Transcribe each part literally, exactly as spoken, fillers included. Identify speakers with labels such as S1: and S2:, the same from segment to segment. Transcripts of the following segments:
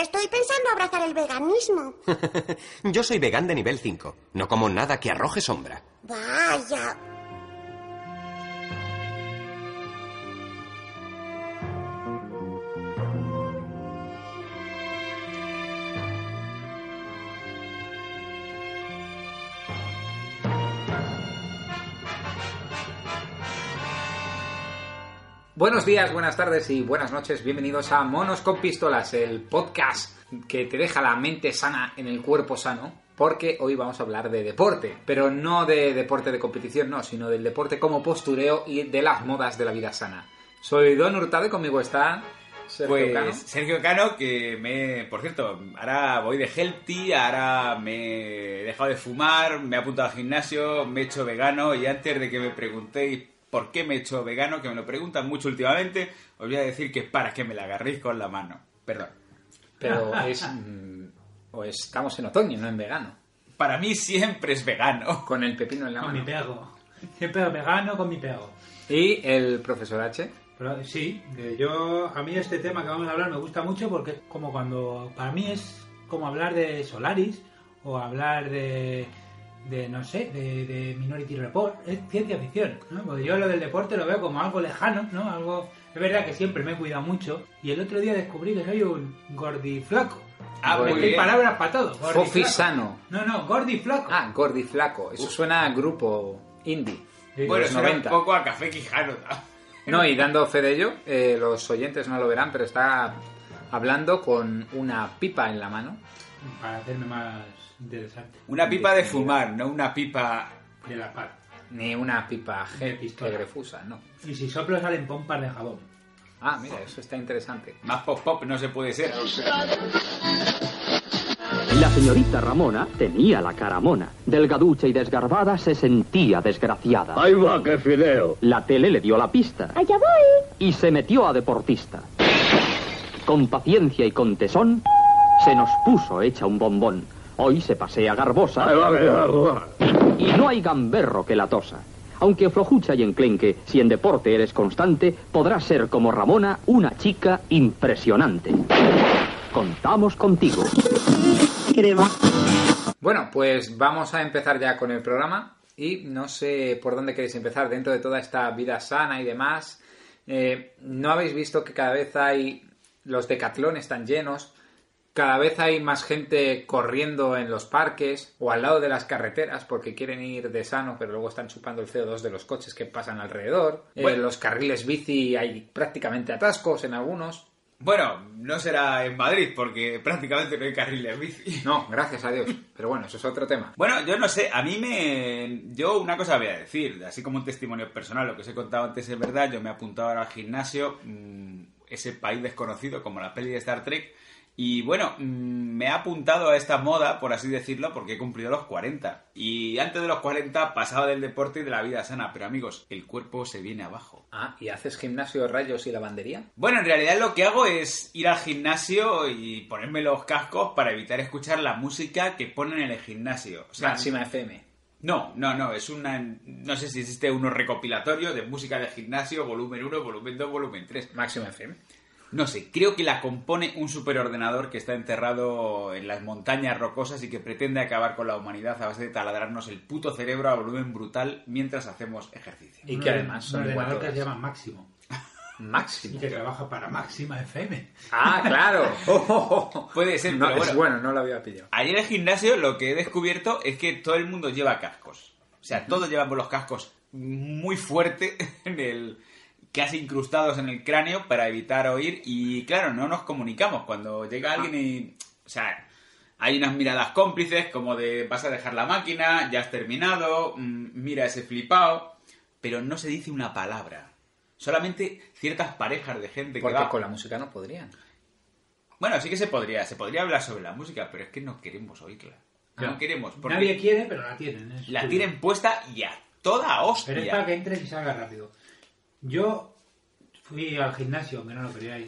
S1: estoy pensando abrazar el veganismo.
S2: Yo soy vegán de nivel cinco. No como nada que arroje sombra.
S1: Vaya.
S3: Buenos días, buenas tardes y buenas noches. Bienvenidos a Monos con Pistolas, el podcast que te deja la mente sana en el cuerpo sano, porque hoy vamos a hablar de deporte, pero no de deporte de competición, no, sino del deporte como postureo y de las modas de la vida sana. Soy Don Hurtado y conmigo está Sergio
S4: pues,
S3: Cano.
S4: Sergio Cano, que me... Por cierto, ahora voy de healthy, ahora me he dejado de fumar, me he apuntado al gimnasio, me he hecho vegano y antes de que me preguntéis por qué me he hecho vegano, que me lo preguntan mucho últimamente, os voy a decir que es para que me la agarréis con la mano. Perdón.
S3: Pero es... Mmm, o estamos en otoño, no en vegano.
S4: Para mí siempre es vegano.
S3: Con el pepino en la
S5: con
S3: mano.
S5: Con mi pego. Siempre vegano con mi pego.
S3: ¿Y el profesor H?
S5: Pero, sí, que yo... A mí este tema que vamos a hablar me gusta mucho porque es como cuando... Para mí es como hablar de Solaris o hablar de... de no sé, de, de Minority Report, es ciencia ficción, ¿no? Porque yo lo del deporte lo veo como algo lejano, ¿no? Algo... Es verdad que siempre me he cuidado mucho y el otro día descubrí que soy un gordiflaco.
S4: Ah,
S5: porque
S4: muy
S5: hay
S4: bien.
S5: palabras para todo.
S3: Fofisano.
S5: No, no, gordiflaco.
S3: Ah, gordiflaco. Eso suena a grupo indie.
S5: Sí,
S4: Bueno,
S3: los
S4: suena
S3: noventa.
S4: un poco a Café Quijano.
S3: No, y dando fe de ello, eh, los oyentes no lo verán, pero está hablando con una pipa en la mano.
S5: Para hacerme más interesante.
S4: Una pipa de fumar, no una pipa...
S5: De la par.
S3: Ni una pipa
S5: De
S3: G
S5: pistola.
S3: grefusa, no.
S5: Y si soplo salen pompas de jabón.
S3: Ah, mira, eso está interesante.
S4: Más pop-pop no se puede ser.
S6: La señorita Ramona tenía la cara mona. Delgaducha y desgarbada se sentía desgraciada.
S7: ¡Ahí va, qué fideo!
S6: La tele le dio la pista.
S1: Allá voy.
S6: Y se metió a deportista. Con paciencia y con tesón, se nos puso hecha un bombón. Hoy se pasea garbosa.
S7: ¡Ahí va, ahí va, ahí va!
S6: Y no hay gamberro que la tosa. Aunque flojucha y enclenque, si en deporte eres constante, podrás ser como Ramona una chica impresionante. Contamos contigo.
S3: Bueno, pues vamos a empezar ya con el programa y no sé por dónde queréis empezar dentro de toda esta vida sana y demás. Eh, ¿No habéis visto que cada vez hay... los decathlon están llenos? Cada vez hay más gente corriendo en los parques o al lado de las carreteras porque quieren ir de sano, pero luego están chupando el C O dos de los coches que pasan alrededor.
S4: Bueno.
S3: En los carriles bici hay prácticamente atascos en algunos.
S4: Bueno, no será en Madrid porque prácticamente no hay carriles bici.
S3: No, gracias a Dios. Pero bueno, eso es otro tema.
S4: Bueno, yo no sé, a mí me... Yo una cosa voy a decir, así como un testimonio personal, lo que os he contado antes es verdad, yo me he apuntado ahora al gimnasio, mmm, ese país desconocido como la peli de Star Trek, y bueno, mmm, me he apuntado a esta moda, por así decirlo, porque he cumplido los cuarenta. Y antes de los cuarenta pasaba del deporte y de la vida sana, pero amigos, el cuerpo se viene abajo.
S3: Ah, ¿y haces gimnasio, rayos y lavandería?
S4: Bueno, en realidad lo que hago es ir al gimnasio y ponerme los cascos para evitar escuchar la música que ponen en el gimnasio. O sea,
S3: Máxima F M.
S4: No, no, no, es una... No sé si existe uno recopilatorio de música de gimnasio, volumen uno, volumen dos, volumen tres.
S3: Máxima F M.
S4: No sé, creo que la compone un superordenador que está enterrado en las montañas rocosas y que pretende acabar con la humanidad a base de taladrarnos el puto cerebro a volumen brutal mientras hacemos ejercicio.
S3: Y que además son
S5: un ordenador
S3: cuatro
S5: que se
S3: horas.
S5: llama Máximo.
S3: Máximo.
S5: Y que trabaja para Máxima F M.
S3: Ah, claro. Oh, oh, oh.
S4: Puede ser,
S3: No,
S4: pero bueno.
S3: es bueno, no lo había pillado.
S4: Ayer en el gimnasio lo que he descubierto es que todo el mundo lleva cascos. O sea, todos llevamos los cascos muy fuerte en el... casi incrustados en el cráneo para evitar oír y claro, no nos comunicamos cuando llega alguien y... O sea, hay unas miradas cómplices como de vas a dejar la máquina, ya has terminado, mmm, mira ese flipao, pero no se dice una palabra. Solamente ciertas parejas de gente
S3: Porque
S4: que va...
S3: con la música no podrían.
S4: Bueno, sí que se podría, se podría hablar sobre la música, pero es que no queremos oírla.
S5: No.
S4: No queremos, porque
S5: Nadie quiere, pero la tienen. es
S4: la
S5: curioso.
S4: tienen puesta y a toda hostia.
S5: Pero es para que entres y salgas rápido. Yo fui al gimnasio, aunque no lo creáis.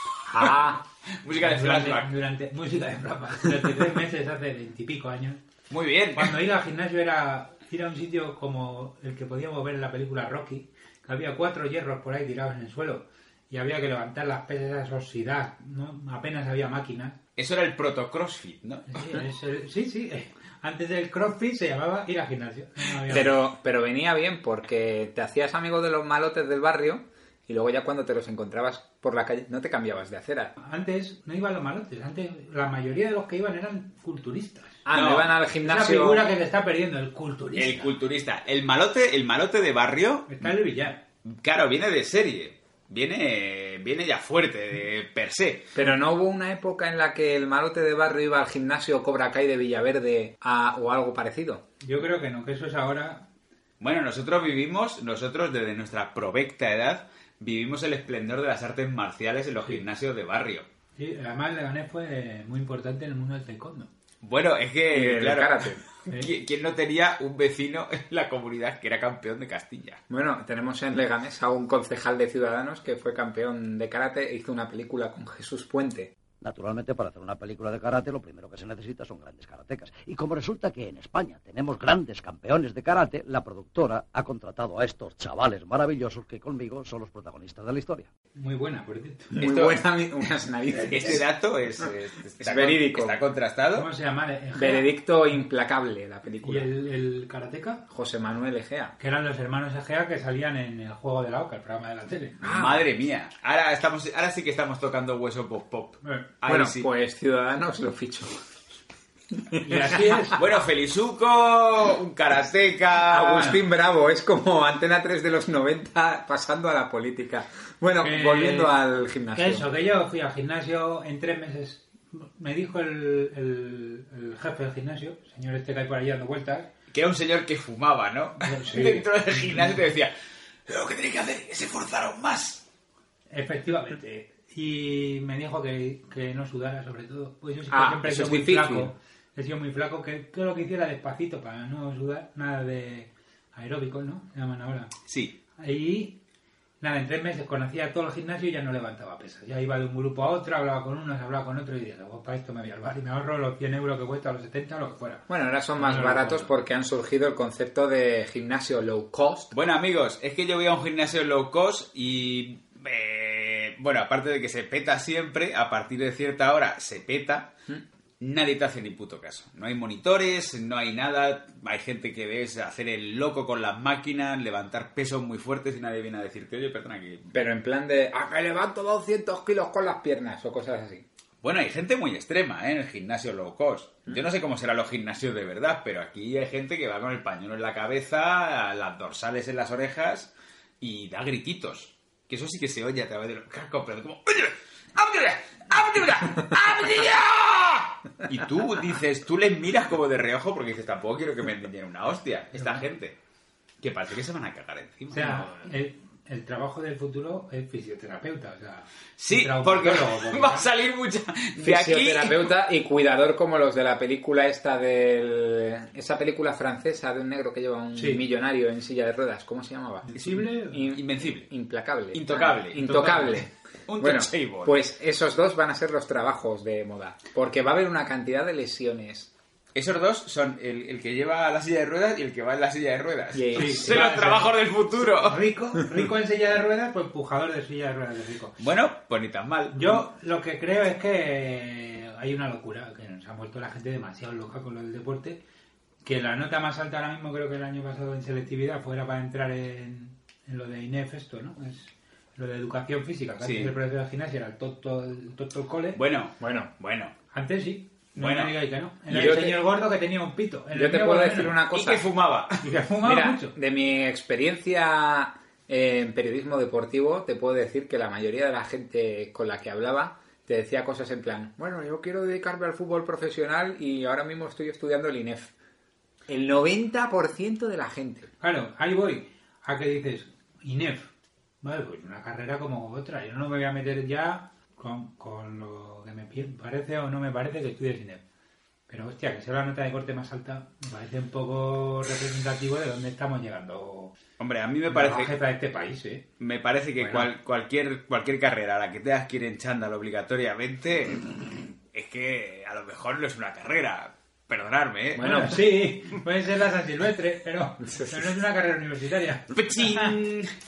S3: Ah,
S4: Música de
S5: durante,
S4: flashback.
S5: durante música de flashback. Durante tres meses, hace veintipico años.
S4: Muy bien.
S5: Cuando ir al gimnasio era ir a un sitio como el que podíamos ver en la película Rocky, que había cuatro hierros por ahí tirados en el suelo. y había que levantar las pesas, oxidar, ¿no? Apenas había máquinas.
S4: Eso era el proto-crossfit, ¿no?
S5: Sí, es el- sí, sí. eh, Antes del crossfit se llamaba ir al gimnasio. No había-
S3: Pero, pero venía bien porque te hacías amigo de los malotes del barrio y luego ya cuando te los encontrabas por la calle no te cambiabas de acera.
S5: Antes no iban los malotes, antes la mayoría de los que iban eran culturistas.
S3: Ah, no,
S4: No,
S3: iban al
S5: Esa
S3: gimnasio.
S5: figura que se está perdiendo, el culturista.
S4: El culturista. El malote, el malote de barrio,
S5: Está en el billar.
S4: claro, viene de serie. Viene, viene ya fuerte, de per se.
S3: Pero no hubo una época en la que el malote de barrio iba al gimnasio Cobra Kai de Villaverde a- o algo parecido.
S5: Yo creo que no, que eso es ahora.
S4: Bueno, nosotros vivimos, nosotros desde nuestra provecta edad, vivimos el esplendor de las artes marciales en los gimnasios de barrio.
S5: Sí, además Leganés fue muy importante en el mundo del taekwondo.
S4: Bueno, es
S3: Y
S4: que,
S3: del
S4: claro,
S3: karate.
S4: ¿quién, quién no tenía un vecino en la comunidad que era campeón de Castilla?
S3: Bueno, tenemos en Leganés a un concejal de Ciudadanos que fue campeón de karate e hizo una película con Jesús Puente.
S8: Naturalmente, para hacer una película de karate, lo primero que se necesita son grandes karatecas. Y como resulta que en España tenemos grandes campeones de karate, la productora ha contratado a estos chavales maravillosos que conmigo son los protagonistas de la historia.
S5: Muy buena, por cierto.
S3: Muy
S4: Esto-
S3: buena, mi- unas narices.
S4: Este dato es, es- está
S3: verídico.
S4: Está contrastado.
S5: ¿Cómo se llama? Egea.
S3: Veredicto implacable, la
S5: Y
S3: película.
S5: el, el karateka,
S3: José Manuel Egea.
S5: que eran los hermanos Egea que salían en el juego de la Oca, el programa de la tele.
S4: Madre mía. Ahora estamos, ahora sí que estamos tocando hueso pop pop.
S5: Eh,
S4: Ahí
S3: Bueno,
S4: sí.
S3: pues Ciudadanos lo fichó.
S5: Y así es.
S4: Bueno, Felizuco, un karateca.
S3: Agustín Bravo, es como Antena tres de los noventa pasando a la política. Bueno,
S5: Que-
S3: volviendo al
S5: Que
S3: gimnasio.
S5: eso, que yo fui al gimnasio en tres meses. Me dijo el, el, el jefe del gimnasio, el señor este que hay por ahí dando vueltas,
S4: Que era un señor que fumaba, ¿no?
S5: Sí.
S4: Dentro del gimnasio te decía, lo que tenéis que hacer es esforzar aún más.
S5: efectivamente, y me dijo que, que no sudara sobre todo. Pues yo sí que
S3: Ah,
S5: siempre he
S3: eso
S5: sido
S3: es
S5: muy
S3: difícil.
S5: flaco. He sido muy flaco, que, que lo que hiciera despacito para no sudar, nada de aeróbicos, ¿no? Se llaman ahora.
S4: Sí.
S5: Y nada, en tres meses conocía a todo el gimnasio y ya no levantaba pesas. Ya iba de un grupo a otro, hablaba con unos, hablaba con otros y dije, pues para esto me voy al bar y me ahorro los cien euros que cuesta, los setenta, lo que fuera.
S3: Bueno, ahora son más
S5: No, no,
S3: baratos
S5: no.
S3: porque han surgido el concepto de gimnasio low cost.
S4: Bueno, amigos, es que yo voy a un gimnasio low cost y... eh, bueno, aparte de que se peta siempre, a partir de cierta hora se peta, nadie te hace ni puto caso. No hay monitores, no hay nada, hay gente que ves hacer el loco con las máquinas, levantar pesos muy fuertes y nadie viene a decirte, oye, perdona que...
S3: Pero en plan de, ah, que levanto doscientos kilos con las piernas o cosas así.
S4: Bueno, hay gente muy extrema, ¿eh? En el gimnasio low cost. Yo no sé cómo serán los gimnasios de verdad, pero aquí hay gente que va con el pañuelo en la cabeza, las dorsales en las orejas y da grititos. Que eso sí que se oye a través de los cascos, pero como... Y tú dices, tú les miras como de reojo porque dices, tampoco quiero que me enseñen una hostia, esta gente. Que parece que se van a cagar encima.
S5: O sea, el, el trabajo del futuro es fisioterapeuta, o sea...
S4: Sí,
S5: un
S4: porque
S5: traumatólogo, porque
S4: va a salir mucha... De aquí...
S3: Fisioterapeuta y cuidador como los de la película esta del... Esa película francesa de un negro que lleva un
S5: Sí.
S3: millonario en silla de ruedas. ¿Cómo se llamaba?
S5: Invisible,
S3: In-
S4: Invencible.
S3: Implacable.
S4: Intocable.
S3: Ah, intocable.
S4: Un
S3: Bueno,
S4: touchable.
S3: pues esos dos van a ser los trabajos de moda. Porque va a haber una cantidad de lesiones.
S4: Esos dos son el, el que lleva la silla de ruedas y el que va en la silla de ruedas.
S3: Sí,
S4: Son
S5: sí,
S4: los
S5: sí.
S4: trabajos del futuro.
S5: rico, rico en silla de ruedas, pues empujador de silla de ruedas de rico.
S4: Bueno, pues ni tan mal.
S5: Yo lo que creo es que hay una locura, que nos ha vuelto la gente demasiado loca con lo del deporte, que la nota más alta ahora mismo creo que el año pasado en selectividad fuera para entrar en, en lo de I N E F esto, ¿no? Es lo de educación física, que
S4: Sí.
S5: antes el profesor de gimnasia era el toto, el toto del cole.
S4: Bueno,
S3: Bueno,
S4: bueno.
S5: Antes sí. No
S4: Bueno.
S5: me digáis que no.
S3: Y
S5: Era
S3: yo
S5: el
S3: te-
S5: señor gordo que tenía un pito. En
S3: yo
S5: el
S3: te
S5: mío,
S3: puedo
S5: por lo
S3: decir
S5: menos.
S3: una
S4: Y
S3: cosa.
S4: que fumaba.
S5: Y que fumaba
S3: Mira,
S5: mucho.
S3: de mi experiencia en periodismo deportivo, te puedo decir que la mayoría de la gente con la que hablaba te decía cosas en plan, bueno, yo quiero dedicarme al fútbol profesional y ahora mismo estoy estudiando el I N E F. El noventa por ciento de la gente.
S5: Claro, ahí voy. A que dices, I N E F. Vale, pues una carrera como otra. Yo no me voy a meter ya con, con lo que me pi- parece o no me parece que estudies I N E F. Pero hostia, que sea la nota de corte más alta me parece un poco representativo de dónde estamos llegando.
S4: Hombre, a mí me
S5: La
S4: parece...
S5: jefa de este país, ¿eh?
S4: Me parece que
S5: Bueno.
S4: cual- cualquier, cualquier carrera a la que tengas que ir en chándal obligatoriamente, es que a lo mejor no es una carrera. Perdonadme, ¿eh?
S3: Bueno,
S5: Bueno, sí, puede ser la San Silvestre, pero, pero no es una carrera universitaria.
S4: ¡Pechín!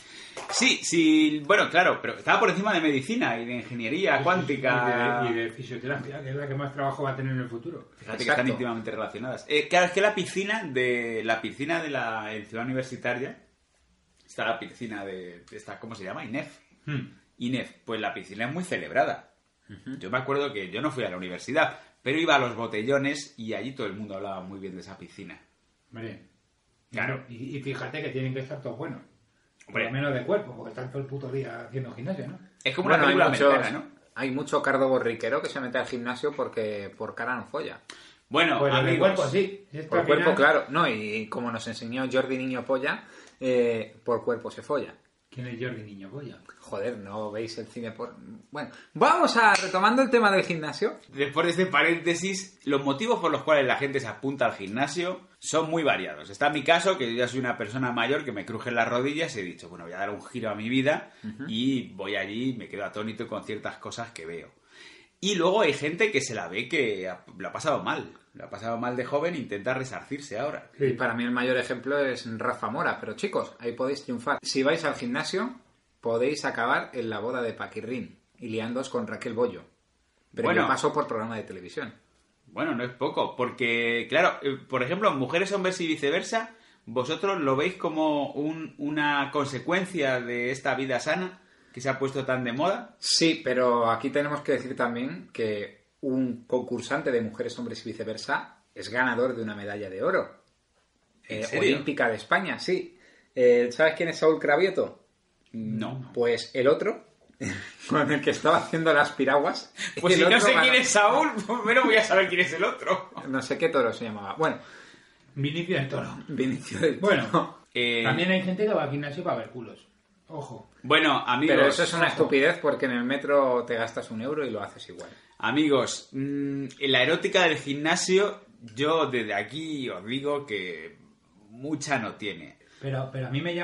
S4: Sí, sí, bueno, claro, pero estaba por encima de medicina y de ingeniería cuántica.
S5: Y de, y de fisioterapia, que es la que más trabajo va a tener en el futuro.
S4: Fíjate que están íntimamente relacionadas. Eh, claro, es que la piscina de la piscina de la en Ciudad Universitaria está la piscina de, de esta, ¿cómo se llama? INEF.
S5: Hmm.
S4: INEF, pues la piscina es muy celebrada. Uh-huh. Yo me acuerdo que yo no fui a la universidad, pero iba a los botellones y allí todo el mundo hablaba muy bien de esa piscina.
S5: Hombre,
S4: claro.
S5: Y, y fíjate que tienen que estar todos buenos.
S4: Hombre.
S5: Por lo menos de cuerpo, porque están todo el puto día haciendo gimnasia, ¿no?
S4: Es como
S3: Bueno,
S4: una película
S3: hay muchos-
S4: americana, ¿no?
S3: Hay mucho cardo borriquero que se mete al gimnasio porque por cara no folla.
S4: Bueno,
S5: Pues el de
S4: amigos,
S5: cuerpo sí. Esto
S3: Por
S5: al
S3: cuerpo,
S5: final-
S3: claro. No, y como nos enseñó Jordi Niño Polla, eh, por cuerpo se folla.
S5: ¿Quién es Jordi Niño Polla?
S3: Joder, ¿no veis el cine por...? Bueno, vamos a... Retomando el tema del gimnasio.
S4: después de este paréntesis, los motivos por los cuales la gente se apunta al gimnasio son muy variados. Está mi caso, que yo ya soy una persona mayor que me cruje las rodillas y he dicho, bueno, voy a dar un giro a mi vida uh-huh. y voy allí y me quedo atónito con ciertas cosas que veo. Y luego hay gente que se la ve que ha- lo ha pasado mal. Lo ha pasado mal de joven e intenta resarcirse ahora.
S3: Y para mí el mayor ejemplo es Rafa Mora. Pero chicos, ahí podéis triunfar. Si vais al gimnasio, podéis acabar en la boda de Paquirrín y liándoos con Raquel Bollo. Pero
S4: Bueno.
S3: yo paso por programa de televisión.
S4: Bueno, no es poco, porque, claro, eh, por ejemplo, mujeres, hombres y viceversa, ¿vosotros lo veis como un- una consecuencia de esta vida sana que se ha puesto tan de moda?
S3: Sí, pero aquí tenemos que decir también que un concursante de mujeres, hombres y viceversa es ganador de una medalla de oro.
S4: ¿En
S3: Eh,
S4: serio?
S3: olímpica de España, sí. Eh, ¿Sabes quién es Saúl Cravieto?
S4: No.
S3: Pues el otro, con el que estaba haciendo las piraguas.
S4: Pues
S3: el
S4: si no
S3: otro
S4: sé
S3: ganó-
S4: quién es Saúl, pues menos voy a saber quién es el otro.
S3: No sé qué toro se llamaba. Bueno,
S5: Vinicio del Toro.
S3: Vinicio del
S5: Bueno,
S3: Toro.
S4: Eh,
S5: también hay gente que va al gimnasio para ver culos. Ojo.
S4: Bueno, amigos,
S3: Pero eso es una
S5: ojo.
S3: estupidez porque en el metro te gastas un euro y lo haces igual.
S4: amigos, mmm, en la erótica del gimnasio, yo desde aquí os digo que mucha no tiene.
S5: Pero, pero a mí me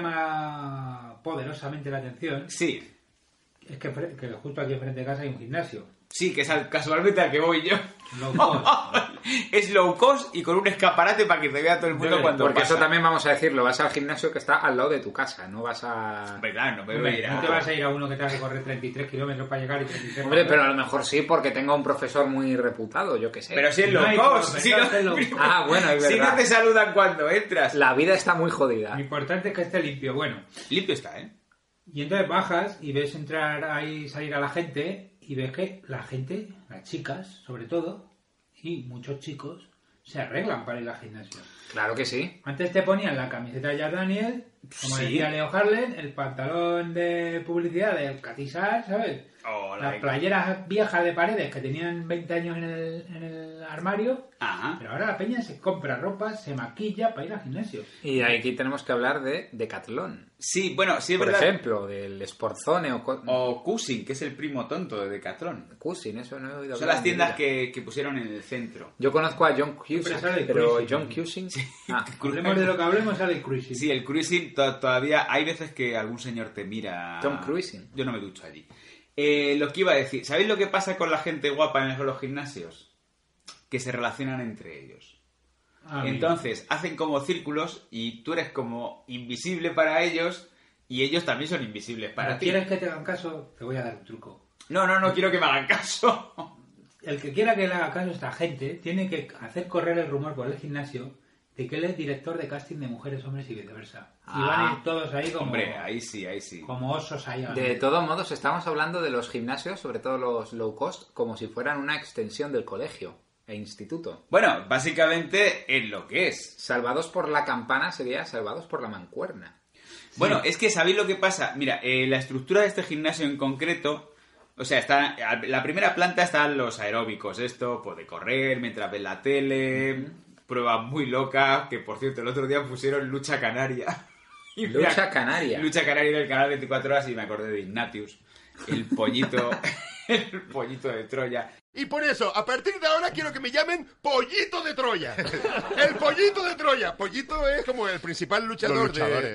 S5: llama poderosamente la atención.
S4: Sí,
S5: Es que, fre- que justo aquí enfrente de casa hay un gimnasio.
S4: sí, que es al- casualmente al que voy yo.
S5: Low cost.
S4: Es low cost y con un escaparate para que te vea todo el mundo
S5: Debe,
S4: cuando
S3: Porque
S4: pasa.
S3: eso también vamos a decirlo, vas al gimnasio que está al lado de tu casa, no vas a...
S4: Hombre, claro, no me voy a
S5: Hombre,
S4: ir a...
S5: no te vas a ir a uno que tenga que correr treinta y tres kilómetros para llegar y treinta y tres
S3: Hombre,
S5: para
S3: pero a
S5: volver.
S3: lo mejor sí, porque tenga un profesor muy reputado, yo qué sé.
S4: Pero si es
S5: No
S4: low
S5: hay
S4: cost,
S5: por
S4: si no...
S5: pensar en low-
S3: Ah, bueno, es
S4: si
S3: verdad.
S4: no te saludan cuando entras.
S3: La vida está muy jodida.
S5: Lo importante es que esté limpio. Bueno,
S4: Limpio está, ¿eh?
S5: y entonces bajas y ves entrar ahí, salir a la gente y ves que la gente, las chicas sobre todo, y muchos chicos, se arreglan para ir al gimnasio.
S3: Claro que sí.
S5: Antes te ponían la camiseta de Jack Daniel, como
S4: Sí.
S5: decía Leo Harlem, el pantalón de publicidad del Catisar, ¿sabes?
S4: O la
S5: Las
S4: de-
S5: playeras viejas de paredes que tenían veinte años en el, en el armario.
S4: Ajá.
S5: Pero ahora la peña se compra ropa, se maquilla para ir al gimnasio.
S3: Y aquí tenemos que hablar de Decathlon.
S4: Sí, bueno, sí es
S3: Por
S4: verdad.
S3: ejemplo, del Sportzone o... co-
S4: O Cushing, que es el primo tonto de Decathlon.
S3: Cushing, eso no he oído
S4: Son
S3: hablar
S4: las
S3: en mi
S4: tiendas
S3: vida.
S4: que, que pusieron en el centro.
S3: Yo conozco a John
S5: Siempre
S3: Cushing,
S5: sale
S3: pero
S5: Cushing.
S3: John Cushing... Ah,
S5: Hablemos de lo que hablemos, sale el cruising.
S4: Sí, el cruising to- todavía... Hay veces que algún señor te mira...
S3: Tom Cruising.
S4: Yo no me ducho allí. Eh, lo que iba a decir... ¿Sabéis lo que pasa con la gente guapa en los gimnasios? Que se relacionan entre ellos.
S5: Ah, mira.
S4: Entonces, hacen como círculos y tú eres como invisible para ellos y ellos también son invisibles para
S5: Pero
S4: ti.
S5: ¿quieres que te hagan caso? Te voy a dar un truco.
S4: No, no, no quiero que me hagan caso.
S5: El que quiera que le haga caso a esta gente tiene que hacer correr el rumor por el gimnasio de que él es director de casting de mujeres, hombres y viceversa. Y
S3: Ah.
S5: van a ir todos ahí como,
S4: Hombre, ahí sí, ahí sí.
S5: como osos ahí.
S3: de todos modos, estamos hablando de los gimnasios, sobre todo los low cost, como si fueran una extensión del colegio e instituto.
S4: Bueno, básicamente es lo que es.
S3: Salvados por la campana sería salvados por la mancuerna.
S4: Bueno, es que ¿sabéis lo que pasa? Mira, eh, la estructura de este gimnasio en concreto, o sea, está la primera planta están los aeróbicos, esto, pues de correr mientras ves la tele, pruebas muy locas, que por cierto el otro día pusieron lucha canaria. Y me
S3: Lucha
S4: ac-
S3: canaria.
S4: Lucha canaria en el canal veinticuatro horas y me acordé de Ignatius, el pollito, el pollito de Troya.
S9: Y por eso, a partir de ahora quiero que me llamen Pollito de Troya. El Pollito de Troya. Pollito es como el principal luchador
S7: Los luchadores.
S9: de...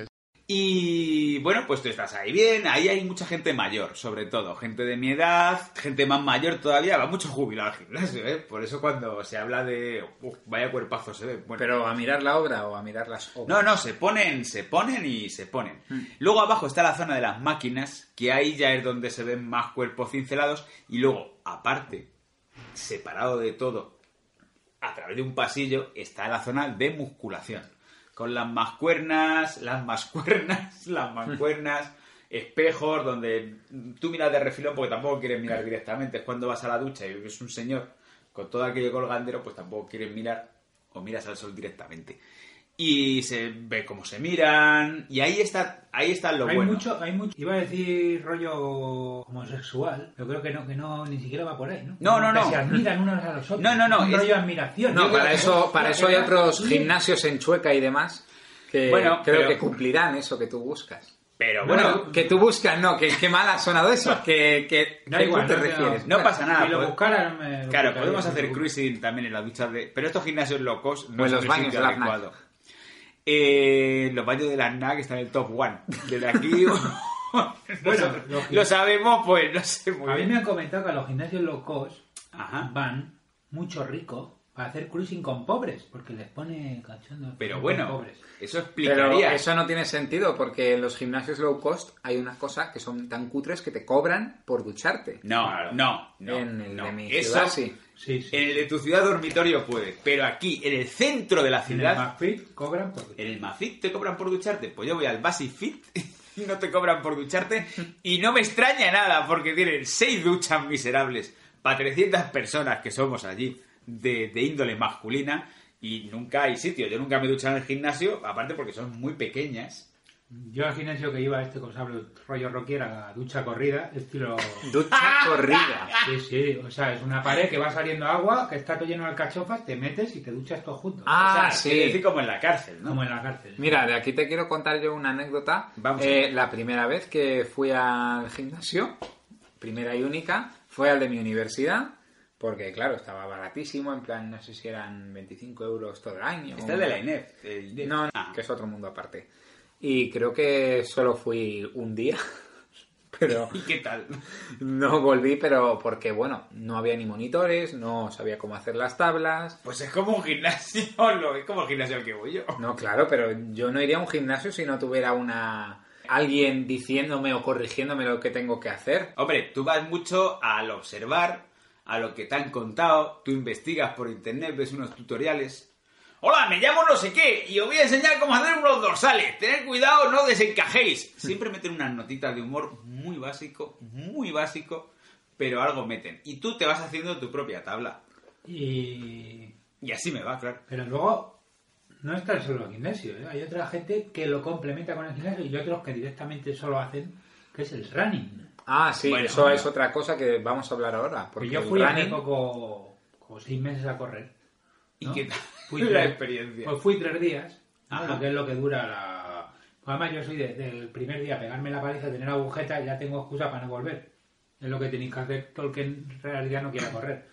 S4: Y bueno, pues tú estás ahí bien, ahí hay mucha gente mayor, sobre todo, gente de mi edad, gente más mayor todavía, va mucho jubilado al gimnasio, ¿eh? Por eso cuando se habla de, uf, vaya cuerpazo se ve. Bueno,
S3: ¿Pero a mirar la obra o a mirar las obras?
S4: no, no, se ponen, se ponen y se ponen. Mm. Luego abajo está la zona de las máquinas, que ahí ya es donde se ven más cuerpos cincelados, y luego, aparte, separado de todo, a través de un pasillo, está la zona de musculación. Con las mascuernas, las mascuernas, las mancuernas, espejos, donde tú miras de refilón porque tampoco quieres mirar directamente. Es cuando vas a la ducha y ves un señor con todo aquello colgandero, pues tampoco quieres mirar o miras al sol directamente. Y se ve cómo se miran, y ahí está, ahí está lo
S5: hay
S4: bueno.
S5: Mucho, hay mucho, iba a decir rollo homosexual, yo creo que no, que no ni siquiera va por ahí, ¿no?
S4: No, no, no.
S5: Que se admiran unos a los otros.
S4: No, no, no.
S5: Un
S4: Es...
S5: rollo de admiración.
S3: No,
S5: Yo
S3: para
S5: creo
S3: eso,
S5: que-
S3: para eso hay otros gimnasios en Chueca y demás que
S4: Bueno,
S3: creo
S4: pero-
S3: que cumplirán eso que tú buscas.
S4: Pero
S3: Bueno,
S4: bueno,
S3: que tú buscas, no, que, que mal ha sonado eso, que, que
S5: Da
S3: ¿qué
S5: igual,
S3: te
S5: no,
S3: refieres?
S4: no pasa nada.
S5: Si lo
S4: pues-
S5: buscara, no me lo
S4: Claro,
S5: buscaría,
S4: podemos
S5: no
S4: hacer
S5: me lo
S4: cruising también en las duchas de... Pero estos gimnasios locos no
S3: O en
S4: son
S3: los
S4: el
S3: baños
S4: sitio
S3: de las
S4: adecuado. Eh, los baños de las N A C están en el top one. Desde aquí...
S5: Bueno,
S4: lo,
S5: los-
S4: lo sabemos, pues no sé muy
S5: A mí
S4: bien.
S5: me han comentado que a los gimnasios low cost
S4: Ajá.
S5: van muchos ricos para hacer cruising con pobres, porque les pone cachondo.
S4: Pero
S5: con
S4: bueno,
S5: pobres.
S4: eso
S3: Pero
S4: explicaría...
S3: eso no tiene sentido, porque en los gimnasios low cost hay unas cosas que son tan cutres que te cobran por ducharte.
S4: No, no, no.
S3: En el
S4: no.
S3: de mi
S4: Eso,
S3: ciudad, sí.
S5: Sí, sí.
S4: en el de tu ciudad dormitorio puede, pero aquí, en el centro de la
S5: En el
S4: ciudad...
S5: McFit cobran por...
S4: ¿En el Mafit te cobran por ducharte? Pues yo voy al Basic Fit y no te cobran por ducharte. Y no me extraña nada, porque tienen seis duchas miserables para trescientas personas que somos allí de, de índole masculina y nunca hay sitio. Yo nunca me he duchado en el gimnasio, aparte porque son muy pequeñas.
S5: Yo al gimnasio que iba, este con sable rollo rockera, la ducha corrida, estilo...
S3: Ducha corrida.
S5: Sí, sí, o sea, es una pared que va saliendo agua, que está todo lleno de alcachofas, te metes y te duchas todos juntos.
S3: Ah,
S4: O sea,
S3: sí.
S4: quiere decir como en la cárcel, ¿no?
S5: Como en la cárcel.
S3: Mira, de aquí te quiero contar yo una anécdota.
S4: Vamos.
S3: Eh, la primera vez que fui al gimnasio, primera y única, fue al de mi universidad, porque claro, estaba baratísimo, en plan, no sé si eran veinticinco euros todo el año.
S4: Está el de la I N E F. el I N E F.
S3: No, no,
S4: Ah.
S3: que es otro mundo aparte. Y creo que solo fui un día, pero
S4: ¿Y qué tal?
S3: no volví, pero porque, bueno, no había ni monitores, no sabía cómo hacer las tablas.
S4: Pues es como un gimnasio, no, es como el gimnasio al que voy yo.
S3: No, claro, pero yo no iría a un gimnasio si no tuviera una alguien diciéndome o corrigiéndome lo que tengo que hacer.
S4: Hombre, tú vas mucho al observar, a lo que te han contado, tú investigas por internet, ves unos tutoriales. Hola, me llamo no sé qué y os voy a enseñar cómo hacer unos dorsales. Tened cuidado, no desencajéis. Siempre meten unas notitas de humor muy básico, muy básico, pero algo meten. Y tú te vas haciendo tu propia tabla.
S5: Y...
S4: Y así me va, claro.
S5: Pero luego no está solo el gimnasio, ¿eh? Hay otra gente que lo complementa con el gimnasio y otros que directamente solo hacen, que es el running.
S3: Ah, sí,
S4: Bueno,
S3: eso
S4: bueno.
S3: es otra cosa que vamos a hablar ahora. Porque
S5: Porque yo
S3: el
S5: fui hace
S3: running-
S5: poco, como seis meses a correr.
S4: ¿Y
S5: ¿no?
S4: qué tal
S5: Fui
S4: la
S5: tres-
S4: experiencia?
S5: Pues fui tres días, ¿no?
S4: Ajá.
S5: Lo que es lo que dura la... Pues además yo soy de- del primer día pegarme la paliza, tener agujeta, ya tengo excusa para no volver. Es lo que tenéis que hacer todo el que en realidad no quiera correr.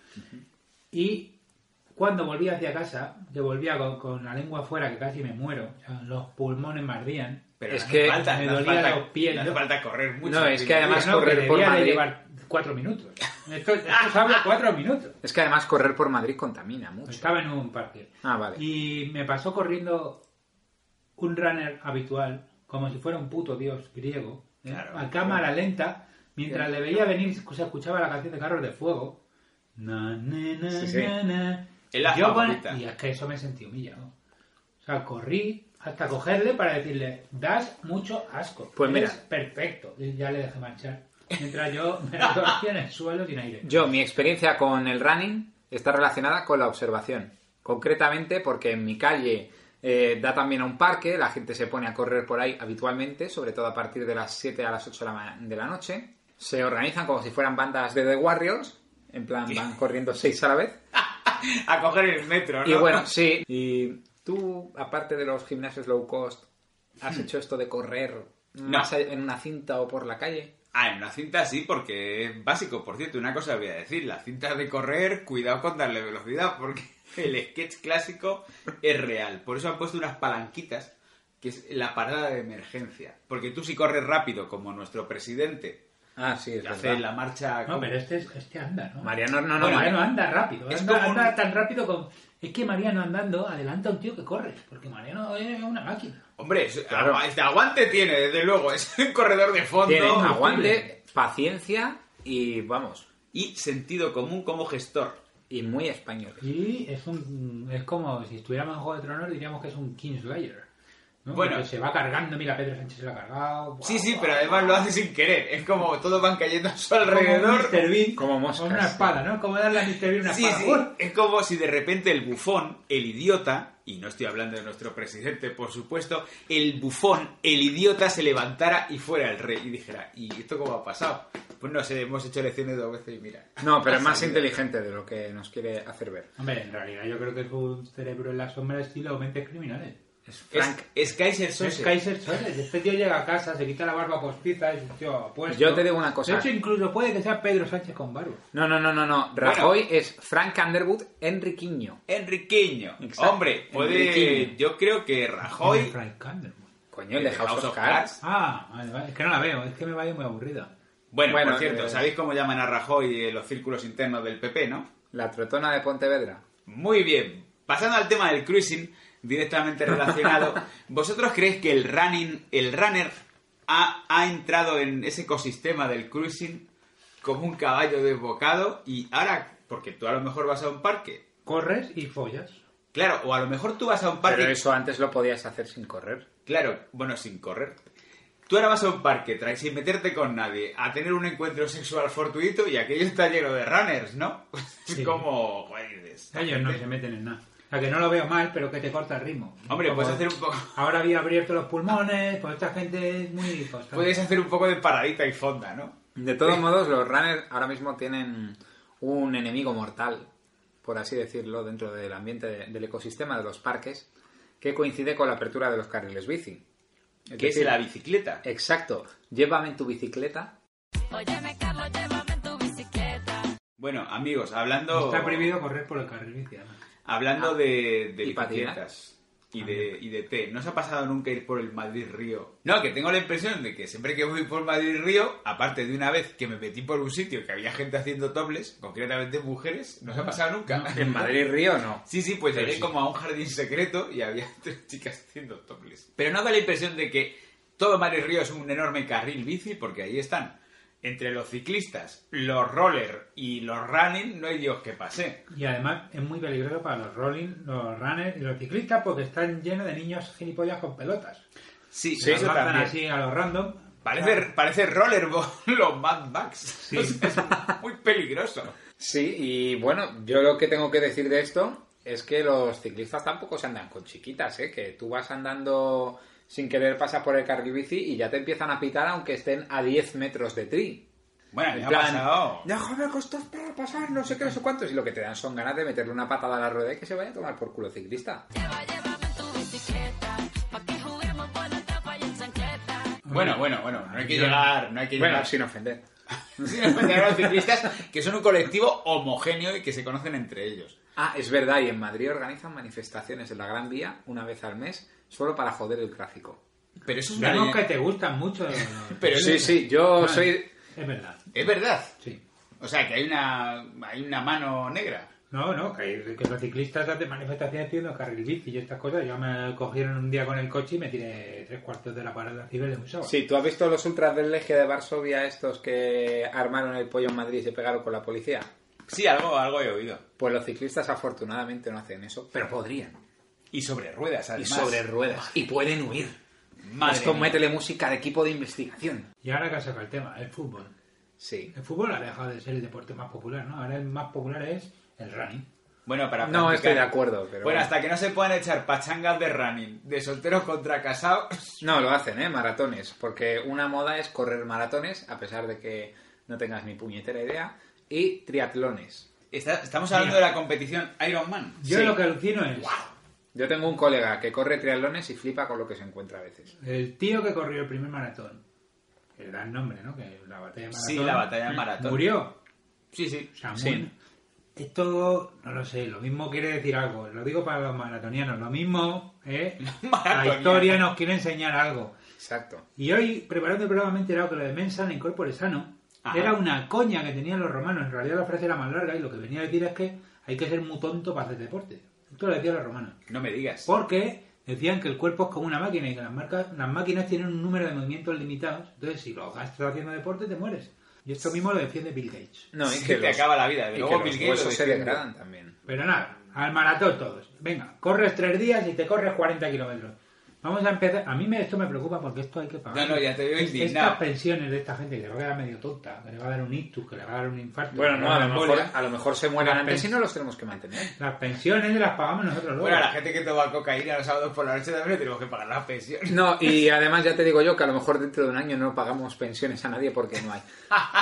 S5: Y cuando volví hacia casa, que volvía con, con la lengua afuera, que casi me muero, o sea, los pulmones me ardían.
S4: Pero
S3: Es
S4: no hace
S3: que
S4: falta,
S5: me
S4: no hace
S5: dolía
S4: falta-
S5: los pies,
S4: no hace
S5: ¿no?
S4: falta correr mucho.
S3: No, es que además
S5: No, que
S3: correr por
S5: debía de
S3: Madrid-
S5: llevar cuatro minutos. Esto, esto sabe cuatro minutos.
S3: Es que además correr por Madrid contamina mucho.
S5: Estaba en un parque.
S3: Ah, vale.
S5: Y me pasó corriendo un runner habitual, como si fuera un puto dios griego, ¿eh?
S4: Claro.
S5: A cámara lenta, mientras le veía venir, se escuchaba la canción de Carros de Fuego. Na, na, na,
S3: Sí, sí.
S5: na, na.
S4: Es la
S5: Yo con-
S4: favorita.
S5: Y es que eso me sentí humillado. O sea, corrí hasta cogerle para decirle, das mucho asco.
S3: Pues
S5: Eres
S3: mira.
S5: perfecto. Y ya le dejé marchar. Mientras yo me retorcía en el suelo sin aire.
S3: Yo, mi experiencia con el running está relacionada con la observación. Concretamente porque en mi calle eh, da también a un parque, la gente se pone a correr por ahí habitualmente, sobre todo a partir de las siete a las ocho de la, ma- de la noche. Se organizan como si fueran bandas de The Warriors, en plan van corriendo seis a la vez.
S4: A coger el metro, ¿no?
S3: Y bueno, sí. Y tú, aparte de los gimnasios low cost, ¿has hecho esto de correr más allá- en una cinta o por la calle?
S4: Ah, en una cinta sí, porque es básico. Por cierto, una cosa voy a decir. Las cintas de correr, cuidado con darle velocidad, porque el sketch clásico es real. Por eso han puesto unas palanquitas que es la parada de emergencia. Porque tú si corres rápido, como nuestro presidente,
S3: Ah, sí, es
S4: hace
S3: verdad.
S4: la marcha...
S5: No,
S4: como-
S5: pero este, este anda, ¿no?
S3: Mariano, no, no,
S5: No,
S3: no.
S5: Mariano anda rápido.
S4: Es
S5: Anda,
S4: como un-
S5: anda tan rápido como... Es que Mariano andando adelanta a un tío que corre. Porque Mariano es una máquina.
S4: Hombre, es-
S3: Claro.
S4: agu- este aguante tiene, desde luego. Es un corredor de fondo.
S3: Tiene
S5: No,
S3: aguante, paciencia y, vamos,
S4: Y sentido común como gestor.
S3: y muy español.
S5: Y es un es como si estuviéramos en Juego de Tronos, diríamos que es un Kingslayer. ¿no?
S4: Bueno.
S5: Porque se va cargando, mira, Pedro Sánchez se lo ha cargado.
S4: Sí,
S5: guau,
S4: sí,
S5: guau,
S4: pero además lo hace sin querer. Es como todos van cayendo a su
S5: como un
S4: alrededor.
S5: míster Bean,
S3: Como moscas,
S5: con una
S3: sí.
S5: espada, ¿no? Como darle a míster Bean una
S4: Sí,
S5: espada.
S4: sí.
S5: ¡Uy!
S4: Es como si de repente el bufón, el idiota, y no estoy hablando de nuestro presidente, por supuesto, el bufón, el idiota se levantara y fuera el rey y dijera, ¿y esto cómo ha pasado? Pues no sé, hemos hecho elecciones dos veces y mira.
S3: No, pero es
S4: Ha
S3: más
S4: salido.
S3: inteligente de lo que nos quiere hacer ver.
S5: Hombre, en realidad yo creo que es un cerebro en la sombra estilo mentes criminales.
S3: Es
S4: Es,
S3: Frank.
S4: es Kaiser
S5: Es
S4: Sose.
S5: Kaiser Soze. Este tío llega a casa, se quita la barba postiza, es un tío apuesto.
S3: Yo te digo una cosa.
S5: De hecho, incluso puede que sea Pedro Sánchez con barba.
S3: No, no, no, no, no. Rajoy es Frank Underwood Enriquiño.
S4: Enriqueño.
S3: Exacto.
S4: Hombre, puede...
S3: Enriquiño.
S4: Yo creo que Rajoy...
S5: Frank Underwood.
S3: Coño, el de House of Cards.
S5: Ah, vale, vale. Es que no la veo, es que me vaya muy aburrida.
S4: Bueno,
S3: Bueno,
S4: por cierto,
S3: eh,
S4: ¿sabéis cómo llaman a Rajoy en los círculos internos del P P, no?
S3: La trotona de Pontevedra.
S4: Muy bien. Pasando al tema del cruising, directamente relacionado, ¿vosotros creéis que el running, el runner ha, ha entrado en ese ecosistema del cruising como un caballo desbocado? Y ahora, porque tú a lo mejor vas a un parque,
S5: Corres y follas.
S4: claro, o a lo mejor tú vas a un parque,
S3: Pero eso antes lo podías hacer sin correr.
S4: claro, bueno, sin correr. Tú ahora vas a un parque, traes sin meterte con nadie, a tener un encuentro sexual fortuito y aquello está lleno de runners, ¿no? Es
S5: Sí.
S4: como, joder, esta
S5: Ellos no
S4: gente-
S5: se meten en nada. O sea, que no lo veo mal, pero que te corta el ritmo.
S4: Hombre,
S5: Como
S4: puedes hacer un poco...
S5: Ahora había abierto los pulmones, pues esta gente es muy constante.
S4: Puedes hacer un poco de paradita y fonda, ¿no?
S3: De todos modos, los runners ahora mismo tienen un enemigo mortal, por así decirlo, dentro del ambiente de- del ecosistema de los parques, que coincide con la apertura de los carriles bici. Es
S4: Que es
S3: decir,
S4: la bicicleta.
S3: Exacto. Llévame en tu bicicleta.
S10: Óyeme, Carlos, llévame en tu bicicleta.
S4: Bueno, amigos, hablando...
S5: Está prohibido correr por el carril bici, además.
S4: Hablando
S3: Ah.
S4: de, de
S3: ¿Y patinar?
S4: bicicletas y de, y de té, ¿no os ha pasado nunca ir por el Madrid-Río? No, que tengo la impresión de que siempre que voy por Madrid-Río, aparte de una vez que me metí por un sitio que había gente haciendo topless, concretamente mujeres, ¿no os ha pasado nunca?
S3: En Madrid-Río no.
S4: Sí, sí, pues
S3: Pero
S4: llegué
S3: sí.
S4: como a un jardín secreto y había tres chicas haciendo topless. Pero no da la impresión de que todo Madrid-Río es un enorme carril bici, porque ahí están. Entre los ciclistas, los roller y los running, no hay Dios que pase.
S5: Y además es muy peligroso para los rolling, los runners y los ciclistas porque están llenos de niños gilipollas con pelotas.
S4: Sí,
S5: Se
S4: eso
S5: lanzan
S4: también.
S5: así a los random.
S4: Parece, parece rollerball los Mad Max.
S5: Sí.
S4: O sea, es muy peligroso.
S3: Sí, y bueno, yo lo que tengo que decir de esto es que los ciclistas tampoco se andan con chiquitas, ¿eh? Que tú vas andando sin querer, pasas por el carril bici y ya te empiezan a pitar aunque estén a diez metros de ti.
S4: Bueno, me
S3: En
S4: ha
S3: plan,
S4: pasado.
S3: déjame costar para pasar, no sé qué, no sé cuántos. Y lo que te dan son ganas de meterle una patada a la rueda y que se vaya a tomar por culo el ciclista.
S10: Lleva, llévame en tu bicicleta. Pa' que juguemos por la tapa y en chancleta.
S4: Bueno, bueno, bueno, no hay que
S5: Yo-
S4: llegar, no hay que
S3: Bueno,
S4: llegar
S3: sin ofender.
S4: sin ofender a los ciclistas, que son un colectivo homogéneo y que se conocen entre ellos.
S3: Ah, es verdad, y en Madrid organizan manifestaciones en la Gran Vía una vez al mes solo para joder el tráfico.
S4: Pero eso es una
S5: Vemos
S4: línea-
S5: que te gustan mucho. los-
S4: Pero
S3: Sí, sí, yo
S5: Bueno,
S3: soy...
S5: Es verdad,
S4: Es verdad.
S5: sí.
S4: O sea, que hay una, hay una mano negra.
S5: No, no, que, que los ciclistas hacen manifestaciones haciendo carril bici y estas cosas. Yo me cogieron un día con el coche y me tiré tres cuartos de la parada civil de un sábado.
S3: Sí, ¿tú has visto los ultras del Legia de Varsovia estos que armaron el pollo en Madrid y se pegaron con la policía?
S4: Sí, algo, algo he oído.
S3: Pues los ciclistas afortunadamente no hacen eso, pero podrían.
S4: Y sobre ruedas,
S3: Y
S4: además.
S3: sobre ruedas. Y pueden huir.
S4: Madre
S3: Esto
S4: mía.
S3: métele música de equipo de investigación.
S5: Y ahora que has sacado el tema, el fútbol.
S3: Sí.
S5: El fútbol ha dejado de ser el deporte más popular, ¿no? Ahora el más popular es el running.
S4: Bueno, para
S3: No
S4: practicar-
S3: estoy de acuerdo, pero...
S4: Bueno, hasta que no se puedan echar pachangas de running, de solteros contra casados.
S3: No, lo hacen, ¿eh? Maratones. Porque una moda es correr maratones, a pesar de que no tengas ni puñetera idea. Y triatlones.
S4: Está- estamos hablando
S5: Mira.
S4: de la competición Ironman.
S5: Yo
S3: Sí.
S5: lo que alucino es
S3: Yo tengo un colega que corre triatlones y flipa con lo que se encuentra a veces.
S5: el tío que corrió el primer maratón. Que le da el nombre, ¿no? Que la batalla de maratón.
S4: Sí, la batalla de maratón.
S5: Murió.
S4: Sí, sí.
S5: O sea,
S3: Sí.
S5: muy- esto, no lo sé, lo mismo quiere decir algo. Lo digo para los maratonianos. Lo mismo, ¿eh? La
S4: Maratonianos.
S5: historia nos quiere enseñar algo.
S3: Exacto.
S5: Y hoy, preparando el programa, me he enterado que lo de mens sana in corpore sano
S4: Ajá.
S5: era una coña que tenían los romanos. En realidad la frase era más larga y lo que venía a decir es que hay que ser muy tonto para hacer deporte. Esto lo decían los romanos.
S4: No me digas.
S5: Porque decían que el cuerpo es como una máquina y que las, marcas, las máquinas tienen un número de movimientos limitados. Entonces, si lo gastas haciendo deporte, te mueres. Y esto mismo lo defiende Bill Gates.
S3: No, y
S4: Sí,
S3: que
S4: te
S3: los-
S4: acaba la vida.
S3: y
S4: Luego
S3: que los
S4: Bill Gates lo
S3: huesos se
S4: defiende.
S3: degradan también.
S5: Pero nada, al maratón todos. Venga, corres tres días y te corres cuarenta kilómetros. Vamos a empezar. A mí me, esto me preocupa porque esto hay que pagar.
S4: No, no, ya te veo
S5: Es-
S4: indignado.
S5: Estas pensiones de esta gente que le va a quedar medio tonta, que le va a dar un ictus, que le va a dar un infarto.
S3: Bueno,
S5: que le
S3: no,
S5: va
S3: a
S5: dar
S3: lo,
S5: una
S3: mejor,
S5: embolia.
S3: a lo mejor se mueren
S5: Las
S3: antes
S5: pens-
S3: y no los tenemos que mantener.
S5: Las pensiones las pagamos nosotros luego.
S4: Bueno, a la gente que toma cocaína los sábados por la noche también le tenemos que pagar las pensiones.
S3: No, y además ya te digo yo que a lo mejor dentro de un año no pagamos pensiones a nadie porque no hay.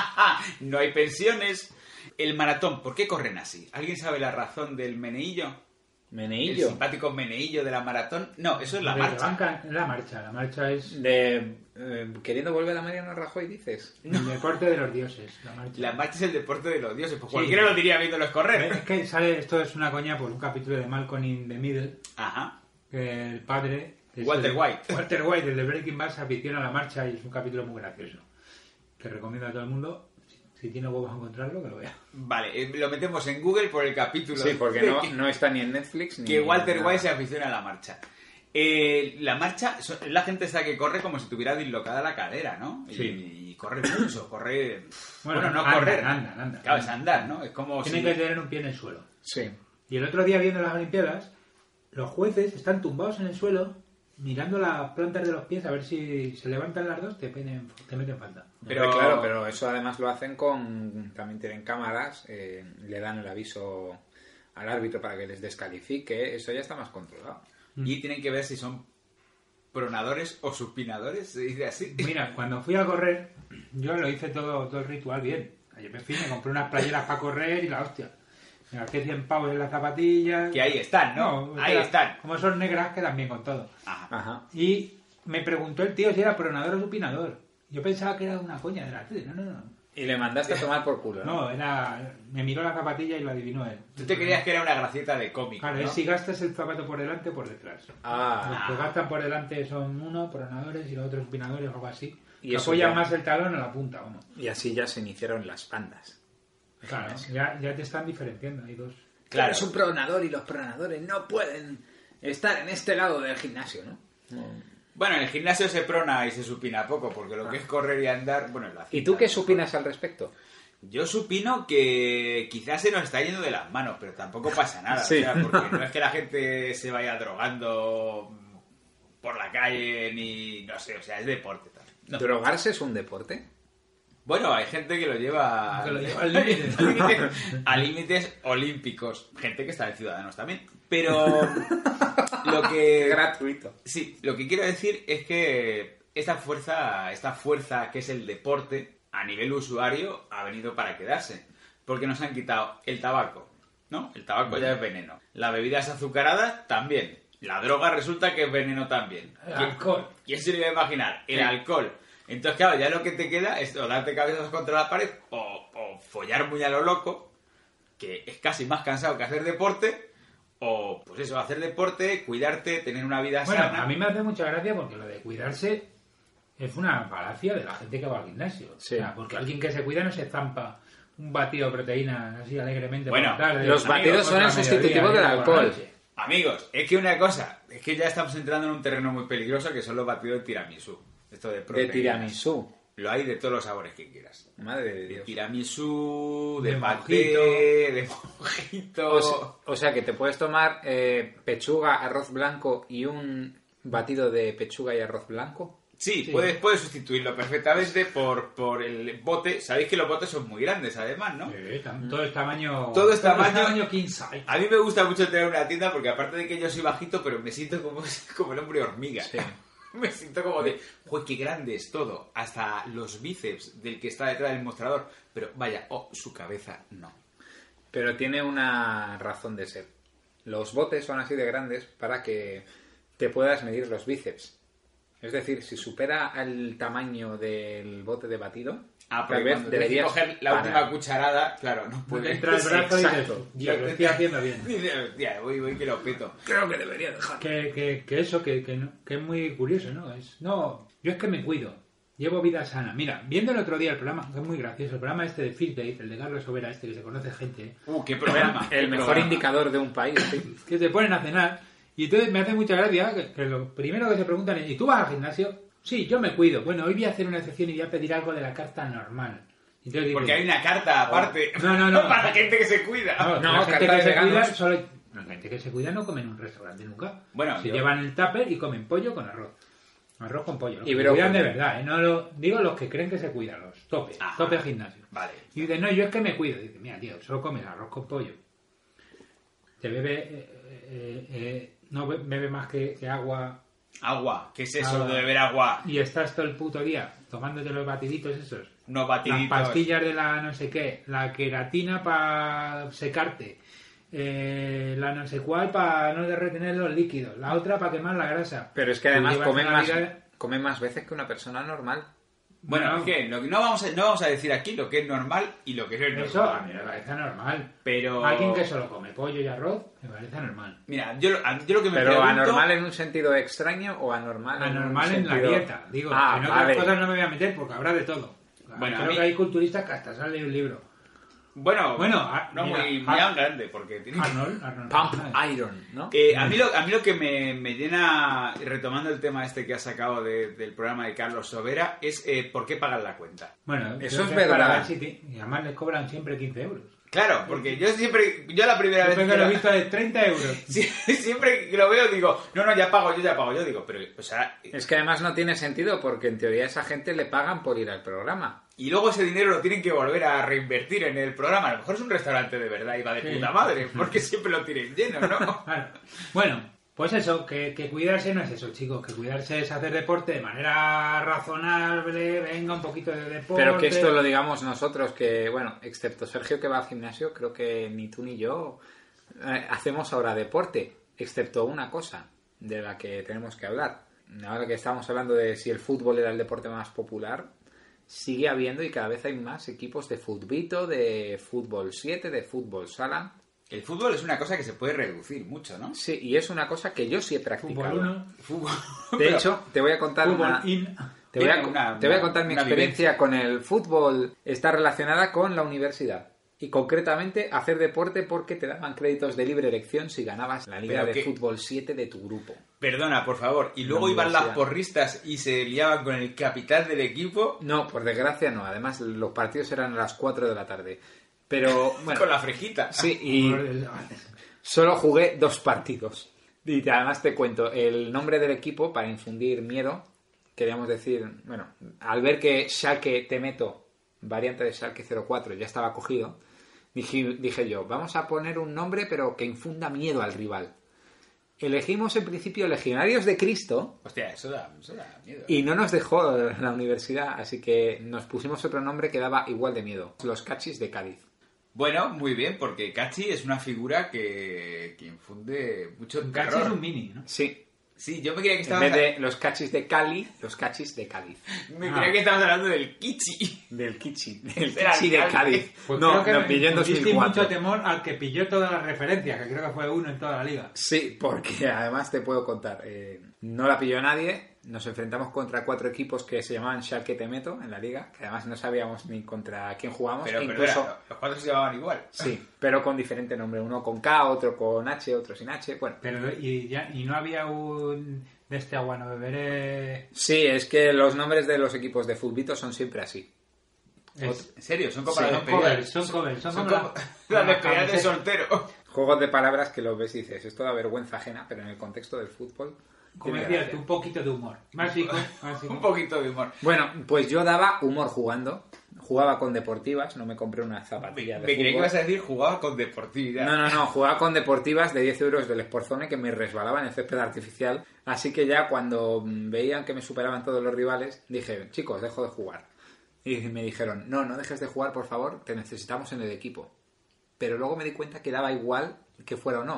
S4: No hay pensiones. El maratón, ¿por qué corren así? ¿Alguien sabe la razón del meneillo? El
S3: Meneillo.
S4: simpático meneillo de la maratón. No, eso es la
S5: De
S4: marcha.
S5: banca- la marcha. La marcha es
S3: De eh, queriendo volver a Mariano Rajoy, dices.
S5: el deporte de los dioses. La marcha.
S4: La marcha es el deporte de los dioses. Pues
S5: Sí.
S4: cualquiera lo diría viéndolos correr.
S5: Es que sale, esto es una coña por un capítulo de Malcolm in the Middle,
S4: Ajá.
S5: que el padre... es
S4: Walter
S5: el-
S4: White.
S5: Walter White, el de Breaking Bad, se aficiona a la marcha y es un capítulo muy gracioso. Que recomiendo a todo el mundo, si, si tiene huevos a encontrarlo, que lo vea.
S4: Vale, eh, lo metemos en Google por el capítulo.
S3: Sí, porque
S4: de
S3: no,
S4: que,
S3: no está ni en Netflix ni
S4: que Walter
S3: nada.
S4: White se aficiona a la marcha. Eh, la marcha so- es la gente esta que corre como si tuviera dislocada la cadera, ¿no? Y-
S5: Sí.
S4: Y, corre mucho, corre... Bueno,
S5: Bueno,
S4: no
S5: andan,
S4: correr.
S5: andan, andan.
S4: Claro, es andar, ¿no? Es como
S5: Tienen
S4: si...
S5: que tener un pie en el suelo.
S3: Sí.
S5: Y el otro día viendo las Olimpiadas, los jueces están tumbados en el suelo mirando las plantas de los pies a ver si se levantan las dos, te, penen- te meten falta.
S3: Pero
S4: Pero-
S3: claro, pero eso además lo hacen con... También tienen cámaras, eh, le dan el aviso al árbitro para que les descalifique, eso ya está más controlado.
S4: Y tienen que ver si son pronadores o supinadores, se dice así.
S5: Mira, cuando fui a correr, yo lo hice todo, todo el ritual bien. Ayer me fui, me compré unas playeras para correr y la hostia. Me gasté cien pavos en las zapatillas.
S4: Que ahí están, ¿no? Ahí
S5: queda-
S4: están.
S5: Como son negras, quedan bien con todo.
S4: Ajá.
S3: Ajá.
S5: Y me preguntó el tío si era pronador o supinador. Yo pensaba que era una coña de la tele. No, no, no.
S3: Y le mandaste a tomar por culo, ¿no?
S5: No, era... Me miró la zapatilla y lo adivinó él.
S4: Tú te creías que era una gracieta de cómico,
S5: Claro,
S4: ¿no?
S5: es si gastas el zapato por delante o por detrás.
S3: Ah,
S5: Los que gastan por delante son uno, pronadores, y los otros supinadores o algo así.
S3: Y
S5: Y
S3: eso
S5: apoyan
S3: ya-
S5: más el talón a la punta, vamos.
S3: y así ya se iniciaron las pandas.
S5: Claro, ya, ya te están diferenciando. Hay dos.
S4: Claro.
S3: Es un pronador y los pronadores no pueden estar en este lado del gimnasio, ¿no?
S4: Bueno, en el gimnasio se prona y se supina poco, porque lo que es correr y andar, bueno, la
S3: ¿Y
S4: cinta,
S3: tú qué
S4: ¿no?
S3: supinas al respecto?
S4: Yo supino que quizás se nos está yendo de las manos, pero tampoco pasa nada.
S3: Sí.
S4: O sea, porque no es que la gente se vaya drogando por la calle, ni... no sé, o sea, es deporte también. No.
S3: ¿Drogarse es un deporte?
S4: Bueno, hay gente que lo lleva...
S5: Que lo lleva al límite.
S4: al límite- a límites olímpicos. Gente que está de Ciudadanos también. Pero lo que...
S3: Gratuito.
S4: Sí, lo que quiero decir es que esta fuerza, esta fuerza que es el deporte, a nivel usuario, ha venido para quedarse. Porque nos han quitado el tabaco, ¿no? El tabaco ya es veneno. Las bebidas azucaradas, también. La droga resulta que es veneno también.
S5: El
S4: ¿Quién-
S5: alcohol.
S4: ¿Quién se lo iba a imaginar? El
S3: Sí.
S4: alcohol. Entonces, claro, ya lo que te queda es o darte cabezazos contra la pared o, o follar muy a lo loco, que es casi más cansado que hacer deporte, o, pues eso, hacer deporte, cuidarte, tener una vida
S5: Bueno,
S4: sana.
S5: a mí me hace mucha gracia porque lo de cuidarse es una falacia de la gente que va al gimnasio.
S3: Sí.
S5: O sea, porque alguien que se cuida no se zampa un batido de proteína así alegremente
S4: Bueno,
S5: por la tarde.
S3: los batidos son el
S5: Otra
S3: sustitutivo
S5: mediodía,
S3: del
S5: y por la
S3: alcohol.
S5: noche.
S4: Amigos, es que una cosa, es que ya estamos entrando en un terreno muy peligroso que son los batidos de tiramisú. Esto de
S3: De
S4: proteínas.
S3: tiramisú.
S4: Lo hay de todos los sabores que quieras.
S3: Madre de
S4: De
S3: Dios.
S4: tiramisú, de,
S5: De
S4: paté,
S5: mojito.
S4: de mojito.
S3: O sea, o sea que te puedes tomar eh, pechuga, arroz blanco y un batido de pechuga y arroz blanco.
S4: Sí,
S5: Sí.
S4: Puedes, puedes sustituirlo perfectamente por, por el bote. Sabéis que los botes son muy grandes, además, ¿no?
S5: Sí, tam- todo es tamaño...
S4: Todo es tamaño-
S5: king size.
S4: A mí me gusta mucho tener una tienda porque aparte de que yo soy bajito, pero me siento como, como el hombre hormiga.
S3: Sí.
S4: Me siento como de, ¡joder, qué grande es todo! Hasta los bíceps del que está detrás del mostrador. Pero vaya, oh, su cabeza no.
S3: Pero tiene una razón de ser. Los botes son así de grandes para que te puedas medir los bíceps. Es decir, si supera el tamaño del bote de batido,
S4: Ah,
S3: Tal
S4: porque
S3: vez
S4: cuando tienes que
S3: deberías
S4: coger la
S3: parar.
S4: última cucharada, claro, no puedes.
S5: Entra el brazo y dices,
S3: exacto.
S5: "Tío, lo estoy haciendo bien".
S4: Dices, hostia, voy, voy que lo peto.
S3: Creo que debería dejar.
S5: Que, que, que eso, que, que, no- que es muy curioso, ¿no? Es, no, yo es que me cuido, llevo vida sana. Mira, viendo el otro día el programa, que es muy gracioso, el programa este de Fit Date, el de Carlos Sobera, este que se conoce gente, ¿eh?
S4: Uh, qué programa.
S3: El
S4: qué
S3: mejor
S4: programa.
S3: indicador de un país. sí.
S5: que te ponen a cenar, y entonces me hace mucha gracia que, que lo primero que se preguntan es, ¿y tú vas al gimnasio? Sí, yo me cuido. Bueno, hoy voy a hacer una excepción y voy a pedir algo de la carta normal. Entonces
S4: Porque
S5: dices,
S4: hay una carta aparte.
S5: No, no, no.
S4: Para gente que se cuida.
S5: No,
S3: No,
S5: la gente
S3: carta
S5: que
S3: de
S5: se
S3: veganos.
S5: cuida solo... La gente que se cuida no come en un restaurante nunca.
S4: Bueno,
S5: se
S4: yo-
S5: llevan el tupper y comen pollo con arroz. Arroz con pollo. Los
S3: Y
S5: que se
S3: brócoli.
S5: cuidan de verdad, ¿eh? No lo, digo los que creen que se cuidan, los tope,
S4: Ajá.
S5: tope gimnasio.
S4: Vale.
S5: Y dicen, no, yo es que me cuido. Dice, mira, tío, solo comes arroz con pollo. Te bebe... eh, eh, eh, no be- bebe más que, que agua
S4: Agua. ¿Qué es eso
S5: Agua.
S4: de beber agua?
S5: y estás todo el puto día tomándote los batiditos esos.
S4: Unos
S5: Las
S4: batiditos.
S5: pastillas de la no sé qué, la queratina para secarte, eh, la no sé cuál para no retener los líquidos, la otra para quemar la grasa.
S3: Pero es que
S5: Tú
S3: además
S5: llevas
S3: comen
S5: una
S3: más,
S5: vida-
S3: comen más veces que una persona normal.
S4: Bueno,
S5: Bueno,
S4: es que lo que no vamos, a, no vamos a decir aquí lo que es normal y lo que no es
S5: Eso a
S4: normal.
S5: mí me parece normal.
S4: Pero...
S5: Alguien que solo come pollo y arroz, me parece normal.
S4: Mira, yo, lo- yo lo que me
S3: Pero
S4: pregunto...
S3: anormal en un sentido extraño o anormal,
S5: Anormal
S3: en,
S5: en
S3: un
S5: la
S3: sentido...
S5: dieta. Digo,
S3: ah,
S5: en otras
S3: vale.
S5: cosas no me voy a meter porque habrá de todo.
S4: Bueno, a
S5: Creo
S4: mí-
S5: que hay culturistas que hasta sale un libro.
S4: Bueno,
S5: Bueno, a-
S4: no
S5: mira,
S4: muy,
S5: a-
S4: muy grande, porque tiene...
S5: Arnold, Arnold.
S3: Pump
S5: ¿sabes?
S3: Iron, ¿no?
S4: Eh, a, mí lo, a mí lo que me, me llena, retomando el tema este que ha sacado de- del programa de Carlos Sobera, es eh, ¿por qué pagan la cuenta?
S5: Bueno,
S3: Eso
S5: creo
S3: es
S5: que para
S3: verdad.
S5: ver si te- y además les cobran siempre quince euros.
S4: Claro, porque yo siempre, yo la primera
S5: Siempre
S4: vez
S5: que lo he
S4: lo-
S5: visto de treinta euros.
S4: Sí, siempre que lo veo digo, no, no, ya pago yo, ya pago yo. Digo, pero, o sea,
S3: Es que además no tiene sentido porque en teoría a esa gente le pagan por ir al programa.
S4: y luego ese dinero lo tienen que volver a reinvertir en el programa. A lo mejor es un restaurante de verdad y va de
S5: Sí.
S4: puta madre, porque siempre lo tienen lleno, ¿no?
S5: Claro. Bueno, pues eso, que, que cuidarse no es eso, chicos. Que cuidarse es hacer deporte de manera razonable, venga, un poquito de deporte.
S3: Pero que esto lo digamos nosotros, que bueno, excepto Sergio que va al gimnasio, creo que ni tú ni yo eh, hacemos ahora deporte, excepto una cosa de la que tenemos que hablar. Ahora que estamos hablando de si el fútbol era el deporte más popular, sigue habiendo y cada vez hay más equipos de futbito, de fútbol siete, de fútbol sala.
S4: El fútbol es una cosa que se puede reducir mucho, ¿no?
S3: Sí, y es una cosa que yo sí he practicado.
S5: Fútbol uno,
S4: Fútbol.
S3: De
S4: Pero-
S3: hecho, te voy a contar
S5: fútbol
S3: una...
S5: in.
S3: Te voy, a,
S4: Tiene una-
S3: te voy a
S4: una-
S3: contar mi
S4: una
S3: experiencia
S4: vivencia.
S3: con el fútbol. Está relacionada con la universidad. Y concretamente hacer deporte porque te daban créditos de libre elección si ganabas la liga
S4: Pero
S3: de
S4: que-
S3: fútbol siete de tu grupo.
S4: Perdona, por favor. Y luego
S3: La
S4: iban las
S3: universidad.
S4: porristas y se liaban con el capitán del equipo
S3: No, por desgracia no. Además, los partidos eran a las cuatro de la tarde. Pero, bueno,
S4: con la frejita.
S3: sí, y solo jugué dos partidos. Y te- además te cuento, el nombre del equipo, para infundir miedo, queríamos decir, bueno, al ver que Schalke Temeto, variante de Schalke cero cuatro, ya estaba cogido, dije, dije yo, vamos a poner un nombre pero que infunda miedo al rival. Elegimos en principio Legionarios de Cristo
S4: Hostia, eso da, eso da miedo.
S3: y no nos dejó la universidad, así que nos pusimos otro nombre que daba igual de miedo, los Cachis de Cádiz.
S4: Bueno, muy bien, porque Cachi es una figura que, que infunde mucho
S5: Un
S4: terror.
S5: cachi es un mini, ¿no?
S3: Sí,
S4: Sí, yo me creía que
S3: en
S4: estabas,
S3: vez de los Cachis de Cali, los Cachis de Cádiz.
S4: me
S5: Ah.
S4: creía que estabas hablando del Kichi.
S3: Del Kichi, del
S4: Era
S3: Kichi de
S4: alcalde.
S3: Cádiz.
S5: Pues
S3: no,
S5: creo que
S3: nos
S5: me
S3: pilló en dos mil
S5: infundiste
S3: cuatro.
S5: mucho temor al que pilló todas las referencias, que creo que fue uno en toda la liga.
S3: Sí, porque además te puedo contar, eh, no la pilló nadie, nos enfrentamos contra cuatro equipos que se llamaban Schalke Temeto en la liga, que además no sabíamos ni contra quién jugábamos,
S4: Pero,
S3: e
S4: pero
S3: incluso...
S4: era, los cuatro se llamaban igual.
S3: Sí, pero con diferente nombre, uno con K, otro con H, otro sin H, bueno.
S5: Pero y, ya, y no había un de este agua no beberé.
S3: Sí, es que los nombres de los equipos de futbito son siempre así.
S5: Es-
S4: En serio, son como
S3: Sí,
S4: las
S5: son
S4: despedidas.
S5: covers, son covers, son,
S4: Son
S5: como
S4: como
S5: la-
S4: las
S5: la
S4: despedidas de
S5: camiseta.
S4: soltero.
S3: Juegos de palabras que los ves y dices, esto da vergüenza ajena, pero en el contexto del fútbol...
S5: Como
S3: tiene
S5: decías
S3: gracia.
S5: tú, un poquito de humor. Básico, básico.
S4: Un poquito de humor.
S3: Bueno, pues yo daba humor jugando. Jugaba con deportivas, no me compré una
S4: Me,
S3: zapatilla de
S4: me creí que
S3: fútbol.
S4: ibas a decir jugaba con deportividad.
S3: No, no, no, jugaba con deportivas de diez euros del Sportzone que me resbalaban en césped artificial. Así que ya cuando mm, veían que me superaban todos los rivales, dije, chicos, dejo de jugar. Y me dijeron, no, no dejes de jugar, por favor, te necesitamos en el equipo. Pero luego me di cuenta que daba igual que fuera o no.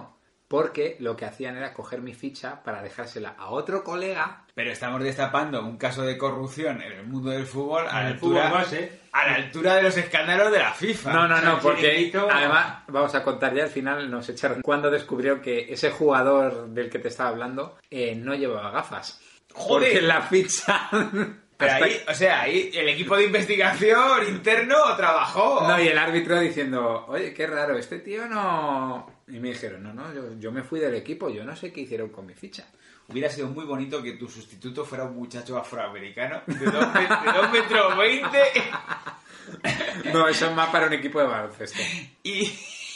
S3: porque lo que hacían era coger mi ficha para dejársela a otro colega.
S4: Pero estamos destapando un caso de corrupción en el mundo del fútbol a
S5: En
S4: la
S5: el fútbol
S4: altura,
S5: base.
S4: a la altura de los escándalos de la FIFA.
S3: No, no, no, porque
S5: chiringuito.
S3: además, vamos a contar ya, al final nos echaron cuando descubrió que ese jugador del que te estaba hablando eh, no llevaba gafas.
S4: ¡Joder!
S3: Porque la ficha...
S4: Pero
S3: hasta-
S4: ahí, o sea, ahí el equipo de investigación interno trabajó.
S3: No, y el árbitro diciendo, oye, qué raro, este tío no... Y me dijeron, no, no, yo, yo me fui del equipo, yo no sé qué hicieron con mi ficha.
S4: Hubiera sido muy bonito que tu sustituto fuera un muchacho afroamericano de dos, met- de dos metros veinte
S3: No, eso es más para un equipo de baloncesto.
S4: y,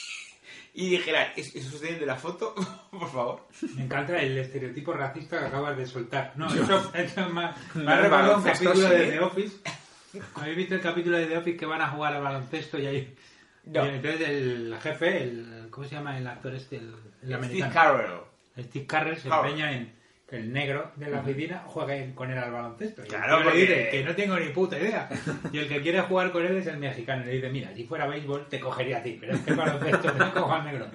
S4: y dijera, ¿es, ¿es usted de la foto? Por favor.
S5: Me encanta el estereotipo racista que acabas de soltar. No, eso, eso es más... Me
S3: No,
S5: ha recordado un
S3: baloncesto,
S5: capítulo
S3: sí.
S5: de The Office. ¿Habéis visto el capítulo de The Office que van a jugar al baloncesto y ahí...
S4: No.
S5: Y entonces el jefe, el, ¿cómo se llama el actor este? El, el
S4: Steve
S5: americano.
S4: Carell.
S5: Steve Carell se
S4: Carell.
S5: empeña en que el negro de la oficina juegue con él al baloncesto. Y el
S4: Claro,
S5: tío
S4: porque-
S5: le dice que no tengo ni puta idea. Y el que quiere jugar con él es el mexicano. Y le dice, mira, si fuera béisbol te cogería a ti, pero es que el baloncesto te cojo al negro.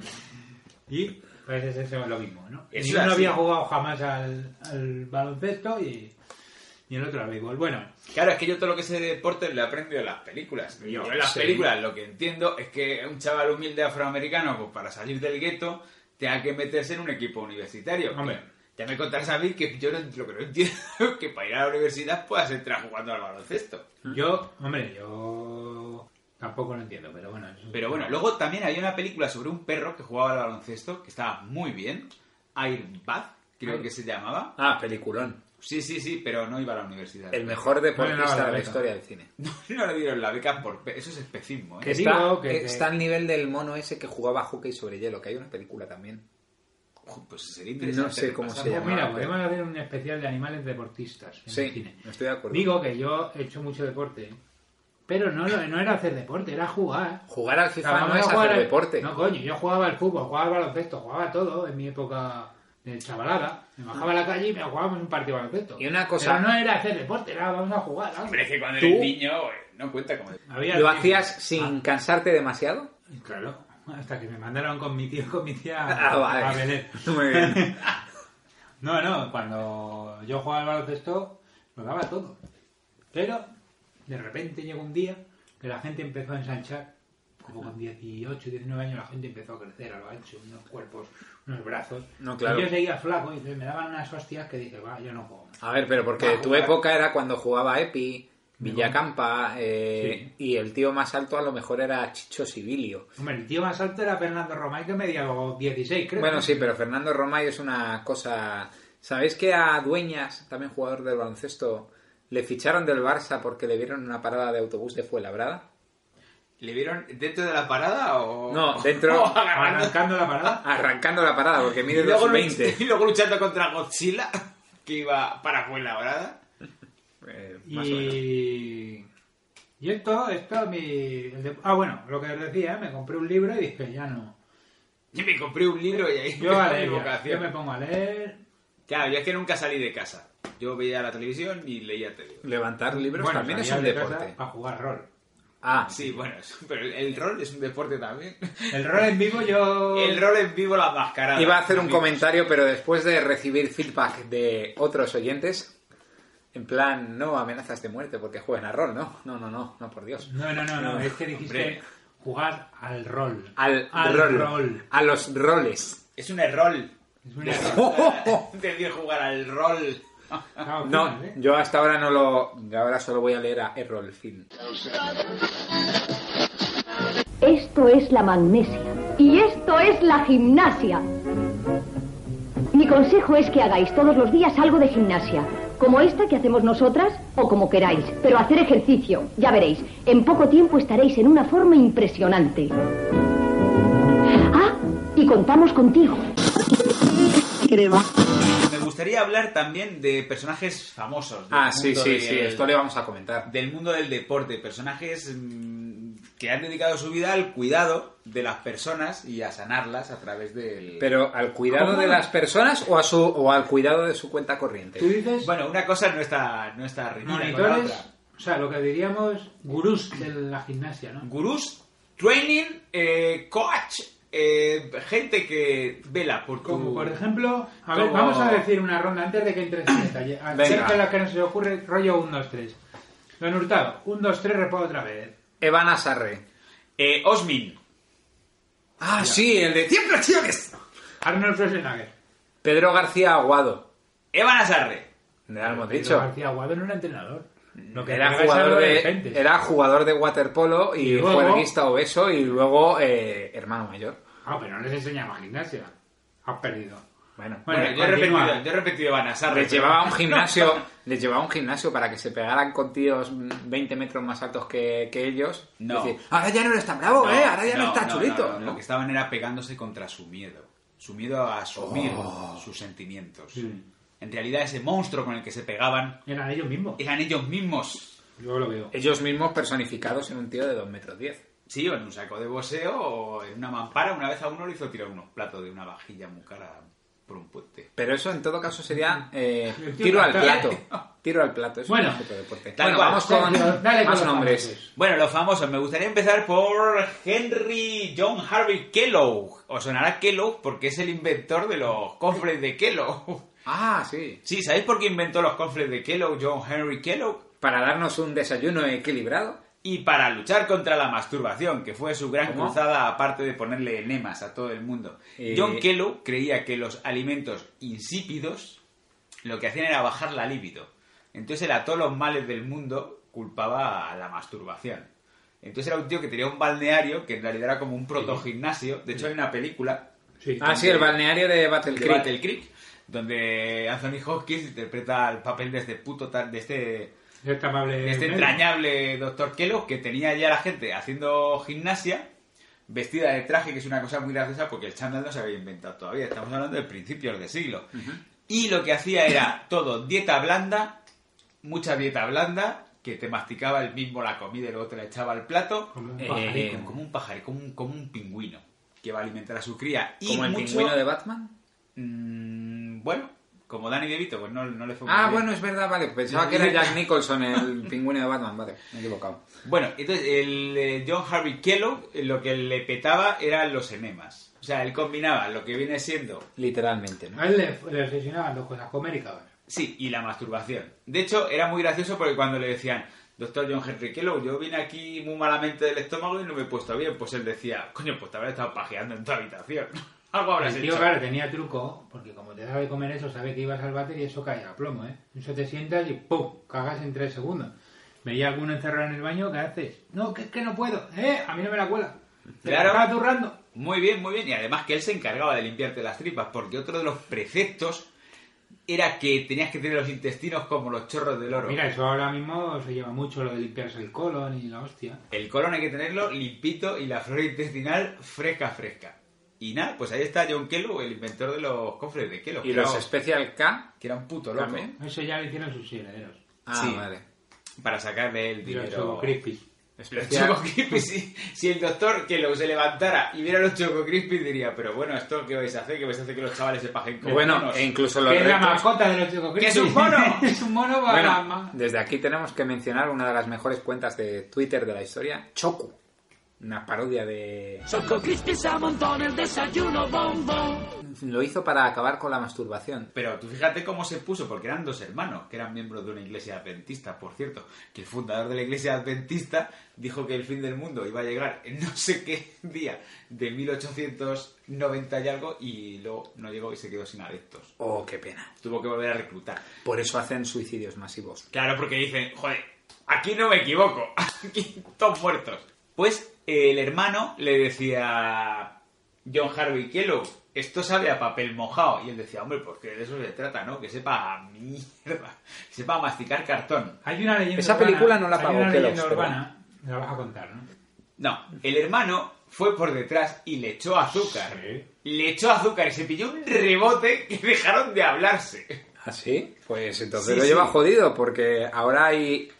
S5: Y pues es eso lo mismo, ¿no?
S4: Eso
S5: Ni uno
S4: es así.
S5: había jugado jamás al, al baloncesto y, y el otro al béisbol. Bueno,
S4: Claro, es que yo todo lo que sé de deporte lo he aprendido en las películas. Yo en las
S3: sí.
S4: películas lo que entiendo es que un chaval humilde afroamericano, pues para salir del gueto, tenga que meterse en un equipo universitario.
S5: Hombre.
S4: Ya me contarás a mí que yo no, lo que no entiendo es que para ir a la universidad puedas entrar jugando al baloncesto.
S5: yo, hombre, yo tampoco lo entiendo, pero bueno. eso-
S4: Pero bueno, luego también hay una película sobre un perro que jugaba al baloncesto que estaba muy bien. Airbag, creo que se llamaba.
S3: Ah, peliculón.
S4: Sí, sí, sí, pero no iba a la universidad.
S3: El mejor
S5: No le
S3: deportista
S5: daba la
S3: de la
S5: beca.
S3: historia del cine.
S4: No le dieron la beca por... pe- Eso es especismo, ¿eh?
S5: Que
S3: Está,
S5: digo que-
S3: está al nivel del mono ese que jugaba hockey sobre hielo, que hay una película también.
S4: Pues sería interesante.
S3: No sé cómo
S4: repasar.
S3: se
S5: Pues
S3: llama.
S5: mira, podemos hacer un especial de animales deportistas en el
S3: Sí,
S5: cine.
S3: estoy de acuerdo.
S5: Digo que yo he hecho mucho deporte, pero no, lo- no era hacer deporte, era jugar.
S3: Jugar al
S5: O sea,
S3: FIFA
S5: vamos
S3: no
S5: a
S3: es
S5: jugar
S3: hacer
S5: al-
S3: deporte.
S5: No, coño, yo jugaba al fútbol, jugaba al baloncesto, jugaba todo en mi época de chavalada. Me bajaba a la calle y me jugábamos un partido de baloncesto.
S3: Y una cosa-
S5: Pero no era hacer deporte, era vamos a jugar. algo.
S4: Hombre, es que cuando
S3: ¿Tú?
S4: eres niño eh, no cuenta como...
S5: Había-
S3: ¿Lo hacías sin cansarte demasiado?
S5: Claro, hasta que me mandaron con mi tío y con mi tía
S3: Ah, vale.
S5: a Belén.
S3: Muy bien.
S5: No, no, cuando yo jugaba al baloncesto lo daba todo. Pero de repente llegó un día que la gente empezó a ensanchar, como con dieciocho, diecinueve años la gente empezó a crecer a lo ancho, unos cuerpos, unos brazos.
S3: No, claro.
S5: Y yo seguía flaco y entonces me daban unas hostias que dije, va, yo no juego más.
S3: A ver, pero porque
S5: Va a
S3: tu
S5: jugar.
S3: época era cuando jugaba Epi, Villacampa, eh, y el tío más alto a lo mejor era Chicho Sibilio.
S5: Hombre, el tío más alto era Fernando Romay, que medía dieciséis, creo.
S3: Bueno, sí, pero Fernando Romay es una cosa... ¿Sabéis que a Dueñas, también jugador del baloncesto, le ficharon del Barça porque le vieron una parada de autobús de Fuenlabrada?
S4: ¿Le vieron dentro de la parada o...?
S3: No, dentro-
S4: o agarrando-
S5: Arrancando la parada.
S3: Arrancando la parada, porque mide
S4: y, luego
S3: dos veinte.
S4: luch- y luego luchando contra Godzilla, que iba para Fuenlabrada.
S3: Eh, más o menos.
S5: Y... y esto, esto, mi... el de- Ah, bueno, lo que os decía, me compré un libro y dije, ya no.
S4: Yo me compré un libro y ahí
S5: Yo a
S4: empezó mi
S5: leer, ya.
S4: vocación.
S5: Yo me pongo a leer.
S4: Claro, yo es que nunca salí de casa. Yo veía la televisión y leía tele.
S3: Levantar libros
S5: Bueno,
S3: también es
S5: salía
S3: un
S5: de casa
S3: deporte.
S5: para jugar rol.
S3: Ah,
S4: Sí, bueno, es- pero el, el rol es un deporte también.
S5: El rol en vivo yo...
S4: El rol en vivo, la mascarada.
S3: iba a hacer un
S4: Amigos.
S3: comentario, pero después de recibir feedback de otros oyentes, en plan, no amenazas de muerte porque jueguen a rol, ¿no? No, no, no, no, por Dios.
S5: No, no, no, no, es que dijiste
S4: Hombre.
S5: jugar al rol.
S3: Al,
S5: Al
S3: rol,
S5: rol.
S3: a los roles.
S4: Es un error.
S5: Es un error.
S4: Entendí jugar al rol.
S5: Claro,
S3: No,
S5: fíjate, ¿eh?
S3: yo hasta ahora no lo... Ahora solo voy a leer a Errol Film.
S11: Esto es la magnesia. Y esto es la gimnasia. Mi consejo es que hagáis todos los días algo de gimnasia. Como esta que hacemos nosotras o como queráis. Pero hacer ejercicio. Ya veréis. En poco tiempo estaréis en una forma impresionante. Ah, y contamos contigo.
S4: Me gustaría hablar también de personajes famosos. del
S3: Ah, sí,
S4: mundo
S3: sí,
S4: del-
S3: sí, esto le vamos a comentar.
S4: Del mundo del deporte. Personajes mm, que han dedicado su vida al cuidado de las personas y a sanarlas a través del...
S3: Pero ¿al cuidado
S5: ¿Cómo?
S3: de las personas o, a su, o al cuidado de su cuenta corriente?
S5: Tú dices
S4: Bueno, una cosa no está, no está reñida con la
S5: monitores,
S4: otra.
S5: o sea, lo que diríamos gurús de la gimnasia, ¿no?
S4: Gurús, training, eh, coach, eh, gente que vela por tu...
S5: Como por ejemplo, a ver,
S4: Como-
S5: vamos a decir una ronda antes de que entres en detalle. Acerca de la que nos ocurre, rollo uno, dos, tres. Don Hurtado, uno, dos, tres, repito otra vez.
S3: Evan Asarre.
S4: Eh, Osmin.
S3: Ah, sí, el de cien flexiones.
S5: Arnold Schwarzenegger.
S3: Pedro García Aguado.
S4: Evan Asarre.
S3: Ya lo hemos
S5: Pedro
S3: dicho.
S5: García Aguado no era entrenador. Lo que
S3: Era
S5: pega es
S3: jugador
S5: algo
S3: de,
S5: gente.
S3: era jugador de waterpolo y,
S5: Y luego-
S3: juerguista obeso y luego eh, hermano mayor.
S5: Ah, pero no les enseñaba gimnasia. Has perdido.
S3: Bueno,
S4: Bueno,
S5: Bueno,
S4: yo, he
S5: continúa.
S4: repetido, yo he repetido Evan Asarre.
S3: les
S4: pero-
S3: llevaba a un gimnasio, les llevaba a un gimnasio para que se pegaran con tíos veinte metros más altos que, que ellos.
S4: No.
S3: Decir, ahora ya no eres tan bravo,
S4: No,
S3: eh, ahora ya no,
S4: no,
S3: estás
S4: no,
S3: chulito.
S4: no, no, Lo que estaban era pegándose contra su miedo. Su miedo a asumir
S3: Oh.
S4: sus sentimientos.
S5: Sí.
S4: En realidad, ese monstruo con el que se pegaban
S5: Eran ellos mismos.
S4: eran ellos mismos.
S5: Yo lo veo.
S3: Ellos mismos personificados en un tío de dos metros diez.
S4: Sí, o en un saco de boxeo o en una mampara. Una vez a uno le hizo tirar unos platos de una vajilla muy cara por un puente.
S3: Pero eso en todo caso sería eh,
S5: El tío
S3: tiro al
S5: Plato.
S3: plato. Tiro al plato, es
S5: Bueno,
S3: un tipo de deporte.
S4: tal
S3: Bueno,
S4: cual.
S3: vamos con
S5: Sergio, dale con
S3: más
S5: los
S3: nombres.
S5: famosos.
S4: Bueno, los famosos. Me gustaría empezar por Henry John Harvey Kellogg. Os sonará Kellogg porque es el inventor de los cofres de Kellogg.
S3: Ah, sí.
S4: Sí, ¿sabéis por qué inventó los cofres de Kellogg John Henry Kellogg?
S3: Para darnos un desayuno equilibrado.
S4: Y para luchar contra la masturbación, que fue su gran
S3: ¿Cómo?
S4: cruzada, aparte de ponerle enemas a todo el mundo.
S3: Eh,
S4: John Kellogg creía que los alimentos insípidos lo que hacían era bajar la libido. Entonces él a todos los males del mundo culpaba a la masturbación. Entonces era un tío que tenía un balneario que en realidad era como un protogimnasio. De hecho hay una película
S5: Sí.
S3: Ah, sí, el balneario de Battle
S4: de
S3: Creek.
S4: Battle Creek, donde Anthony Hopkins interpreta el papel de este puto tal, de este
S5: Este amable
S4: de este
S5: médico.
S4: entrañable doctor Kellogg, que tenía ya la gente haciendo gimnasia vestida de traje, que es una cosa muy graciosa porque el chándal no se había inventado todavía. Estamos hablando de principios de siglo. Y lo que hacía era todo dieta blanda, mucha dieta blanda, que te masticaba el mismo la comida y luego te la echaba al plato.
S5: Como un
S3: Eh,
S5: pajarito.
S4: Como un pajarito, como un, como un pingüino que va a alimentar a su cría. Y
S3: Como el
S4: mucho-
S3: pingüino de Batman.
S4: Mm, bueno, como Danny DeVito, pues no, no le fue muy
S3: Ah,
S4: bien.
S3: bueno, es verdad, vale. Pensaba que era Jack Nicholson, el pingüino de Batman. Vale, me he equivocado.
S4: Bueno, entonces el eh, John Harvey Kellogg eh, lo que le petaba eran los enemas. O sea, él combinaba lo que viene siendo...
S3: Literalmente, ¿no?
S5: A él le, le obsesionaban dos cosas, comer y cagar.
S4: Sí, y la masturbación. De hecho, era muy gracioso porque cuando le decían, doctor John Henry Kellogg, yo vine aquí muy malamente del estómago y no me he puesto bien, pues él decía, coño, pues te habrás estado pajeando en tu habitación. Algo habrás
S5: El tío,
S4: hecho.
S5: claro, tenía truco, porque como te daba de comer eso, sabe que ibas al váter y eso cae a plomo, ¿eh? Eso te sientas y ¡pum! Cagas en tres segundos. Veía a alguno encerrado en el baño, ¿qué haces? No, que es que no puedo, ¿eh? A mí no me la cuela. Te
S4: Claro.
S5: la estaba zurrando.
S4: Muy bien, muy bien. Y además que él se encargaba de limpiarte las tripas, porque otro de los preceptos era que tenías que tener los intestinos como los chorros del oro.
S5: Mira, eso ahora mismo se lleva mucho lo de limpiarse el colon y la hostia.
S4: El colon hay que tenerlo limpito y la flora intestinal fresca, fresca. Y nada, pues ahí está John Kellogg, el inventor de los cofres de Kellogg.
S3: Y
S4: que
S3: los
S4: era-
S3: Special K.
S4: que era un puto loco.
S3: También.
S5: Eso ya lo hicieron sus herederos.
S3: Ah,
S4: Sí.
S3: vale.
S4: Para sacarle el
S5: Y los
S4: dinero.
S5: Choco Crispies.
S4: Los
S3: Especial.
S4: Choco Crispies, si, si el doctor Kellogg se levantara y viera los Choco Crispies diría, pero bueno, ¿esto qué vais a hacer? ¿Qué vais a hacer que los chavales se pajen como
S3: Bueno,
S4: monos?
S3: e incluso los
S5: Que es la
S3: retos-
S5: mascota de los Choco
S4: ¡Que
S5: Crispies.
S4: es un mono!
S5: Es un mono para...
S3: Bueno, desde aquí tenemos que mencionar una de las mejores cuentas de Twitter de la historia, Choco. Una parodia de...
S10: Choco Crispies amontona el desayuno bombón.
S3: Lo hizo para acabar con la masturbación.
S4: Pero tú fíjate cómo se puso, porque eran dos hermanos, que eran miembros de una iglesia adventista, por cierto, que el fundador de la iglesia adventista dijo que el fin del mundo iba a llegar en no sé qué día de mil ochocientos noventa y algo, y luego no llegó y se quedó sin adeptos.
S3: Oh, qué pena.
S4: Tuvo que volver a reclutar.
S3: Por eso hacen suicidios masivos.
S4: Claro, porque dicen, joder, aquí no me equivoco, aquí todos muertos. Pues el hermano le decía, John Harvey Kellogg, esto sabe a papel mojado. Y él decía, hombre, pues que de eso se trata, ¿no? Que sepa a mierda, que sepa a masticar cartón.
S5: Hay una leyenda
S3: Esa
S5: urbana-
S3: película no la
S5: hay
S3: pagó
S5: una
S3: Kellogg's,
S5: leyenda
S3: pero-
S5: urbana, me la vas a contar, ¿no?
S4: No, el hermano fue por detrás y le echó azúcar.
S5: Sí.
S4: Le echó azúcar y se pilló un rebote que dejaron de hablarse.
S3: ¿Ah, sí? Pues entonces
S4: Sí,
S3: lo lleva
S4: sí.
S3: jodido, porque ahora hay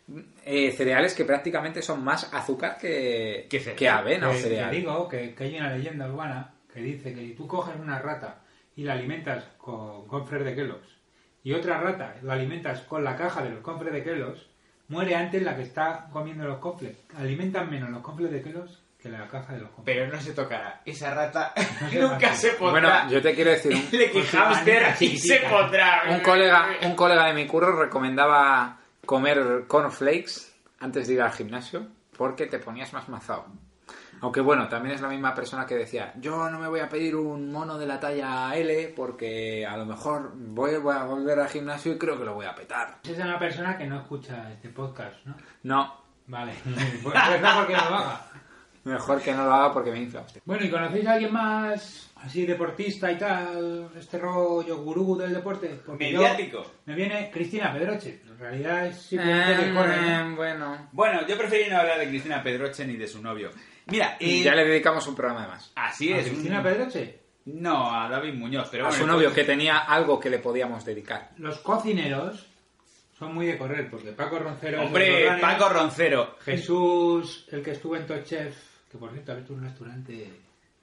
S3: eh, cereales que prácticamente son más azúcar que,
S4: ¿Qué cereal?
S3: que avena o
S5: Que-
S3: cereal.
S5: que digo que, que hay una leyenda urbana que dice que si tú coges una rata y la alimentas con confres de Kellogg's y otra rata la alimentas con la caja de los confres de Kellogg's, muere antes la que está comiendo los confres. Alimentan menos los confres de Kellogg's que la caja de los cómics.
S4: Pero no se tocará. Esa rata
S5: No se
S4: nunca
S5: tocará.
S4: se pondrá.
S3: Bueno, yo te quiero decir, un,
S4: Le que hamster y se pondrá.
S3: un colega un colega de mi curro recomendaba comer cornflakes antes de ir al gimnasio porque te ponías más mazao. Aunque bueno, también es la misma persona que decía, yo no me voy a pedir un mono de la talla L porque a lo mejor voy, voy a volver al gimnasio y creo que lo voy a petar.
S5: Es una persona que no escucha este podcast, ¿no?
S3: No,
S5: Vale. Pues mejor que no lo haga.
S3: mejor que no lo haga porque me infla usted.
S5: Bueno, ¿y conocéis a alguien más así deportista y tal? Este rollo gurú del deporte. Porque yo-
S4: Mediático.
S5: me viene Cristina Pedroche. En realidad es simplemente que corre, ¿no?
S3: Eh, bueno,
S4: Bueno, yo preferí no hablar de Cristina Pedroche ni de su novio. Mira, eh,
S3: ya le dedicamos un programa de más.
S4: así
S5: ¿A
S4: es.
S5: Cristina
S4: un-
S5: Pedroche?
S4: No, a David Muñoz, pero
S3: A
S4: bueno,
S3: su
S4: el-
S3: novio que tenía algo que le podíamos dedicar.
S5: Los cocineros son muy de correr, porque Paco Roncero... es
S4: Hombre,
S5: el runner,
S4: Paco Roncero.
S5: Jesús, el que estuvo en Top Chef, que por cierto ha abierto un restaurante...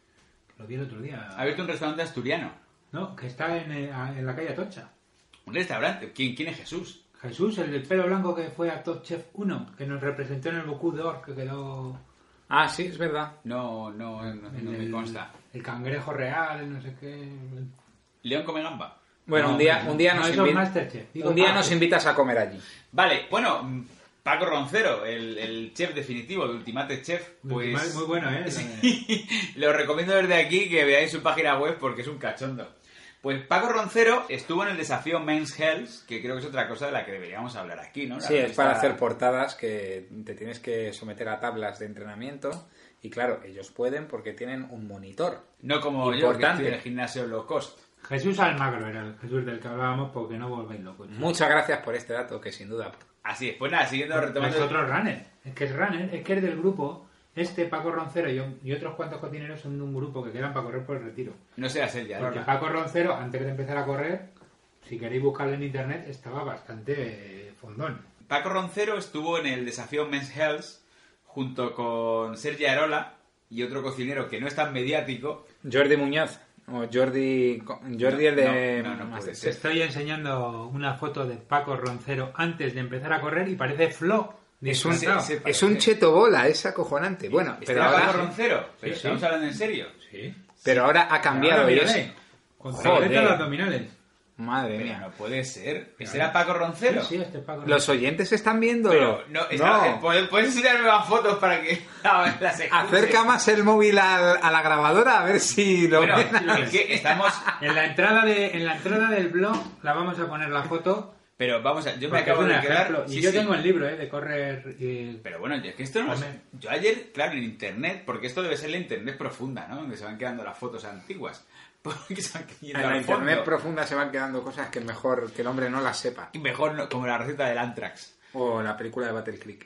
S5: Lo vi el otro día.
S4: Ha abierto un restaurante asturiano.
S5: No, que está en, eh, en la calle Atocha.
S4: Un restaurante. ¿Quién, quién es Jesús?
S5: Jesús, el del pelo blanco que fue a Top Chef uno, que nos representó en el Bocuse d'Or, que quedó...
S3: Ah, sí, es verdad.
S4: No, no, no,
S5: en
S4: no me
S5: el-
S4: consta.
S5: El cangrejo real, no sé qué...
S4: León come gamba.
S3: Bueno,
S5: No,
S3: un día,
S5: no,
S3: un día
S5: no,
S3: nos
S5: eso es
S3: invi-
S5: Masterchef. Digo,
S3: un día
S5: ah,
S3: nos
S5: sí.
S3: invitas a comer allí.
S4: Vale, bueno, mm, Paco Roncero, el, el chef definitivo de Ultimate Chef, pues...
S5: Ultimate, muy bueno, ¿eh?
S4: Sí, lo recomiendo desde aquí que veáis su página web porque es un cachondo. Pues Paco Roncero estuvo en el desafío Men's Health, que creo que es otra cosa de la que deberíamos hablar aquí, ¿no? La
S3: Sí, es
S4: revista-
S3: para hacer portadas que te tienes que someter a tablas de entrenamiento. Y claro, ellos pueden porque tienen un monitor.
S4: No como yo, que
S3: Importante.
S4: estoy en el gimnasio low cost.
S5: Jesús Almagro era el Jesús del que hablábamos, porque no volvéis locos.
S3: Muchas gracias por este dato, que sin duda...
S4: Así es, pues nada, siguiendo
S5: Es
S4: retomando...
S5: otro runner. Es que es runner, es que es del grupo. Este Paco Roncero y, y otros cuantos cocineros son de un grupo que quedan para correr por el retiro.
S4: No seas él ya,
S5: Porque
S4: ¿no?
S5: Paco Roncero, antes de empezar a correr, si queréis buscarlo en internet, estaba bastante eh, fondón.
S4: Paco Roncero estuvo en el desafío Men's Health junto con Sergi Arola y otro cocinero que no es tan mediático.
S3: Jordi Muñoz. O Jordi... Jordi el de...
S4: No, no, no puede
S3: Masterchef.
S5: Te estoy enseñando una foto de Paco Roncero antes de empezar a correr y parece Flo.
S3: Es un,
S5: disfrazado.
S4: se- se
S3: es un cheto bola, es acojonante. Bueno,
S4: ¿Este
S3: pero
S4: era Paco
S3: ahora,
S4: Roncero? ¿Pero
S5: Sí,
S4: estamos
S5: sí.
S4: hablando en serio?
S5: Sí.
S3: pero ahora ha cambiado.
S5: Ahora
S3: y
S5: mírale,
S3: es...
S5: con
S3: Joder.
S5: tableta los abdominales.
S3: Madre
S4: Pero
S3: mía.
S4: no puede ser. ¿Ese era Paco Roncero?
S5: Sí, sí, este es Paco
S3: Los
S5: Roncero.
S3: oyentes están viendo.
S4: Pero no, está- ¿puedes, puedes enseñarme más fotos para que las escuche?
S3: Acerca más el móvil al- a la grabadora a ver si lo
S4: Bueno,
S3: ven.
S4: es que estamos...
S5: En la entrada de en la entrada del blog la vamos a poner la foto.
S4: Pero vamos a... Yo me
S5: porque
S4: acabo
S5: es
S4: de
S5: un
S4: quedar...
S5: ejemplo. Y
S4: sí,
S5: yo
S4: sí.
S5: tengo el libro, ¿eh? De correr y...
S4: Pero bueno, es que esto no es...
S5: Hombre.
S4: Yo ayer, claro, en internet, porque esto debe ser la internet profunda, ¿no? Donde se van quedando las fotos antiguas. Porque se van quedando
S3: En la
S4: al fondo.
S3: internet profunda se van quedando cosas que mejor que el hombre no las sepa.
S4: Y mejor no- como la receta del Antrax.
S3: O la película de Battle Creek.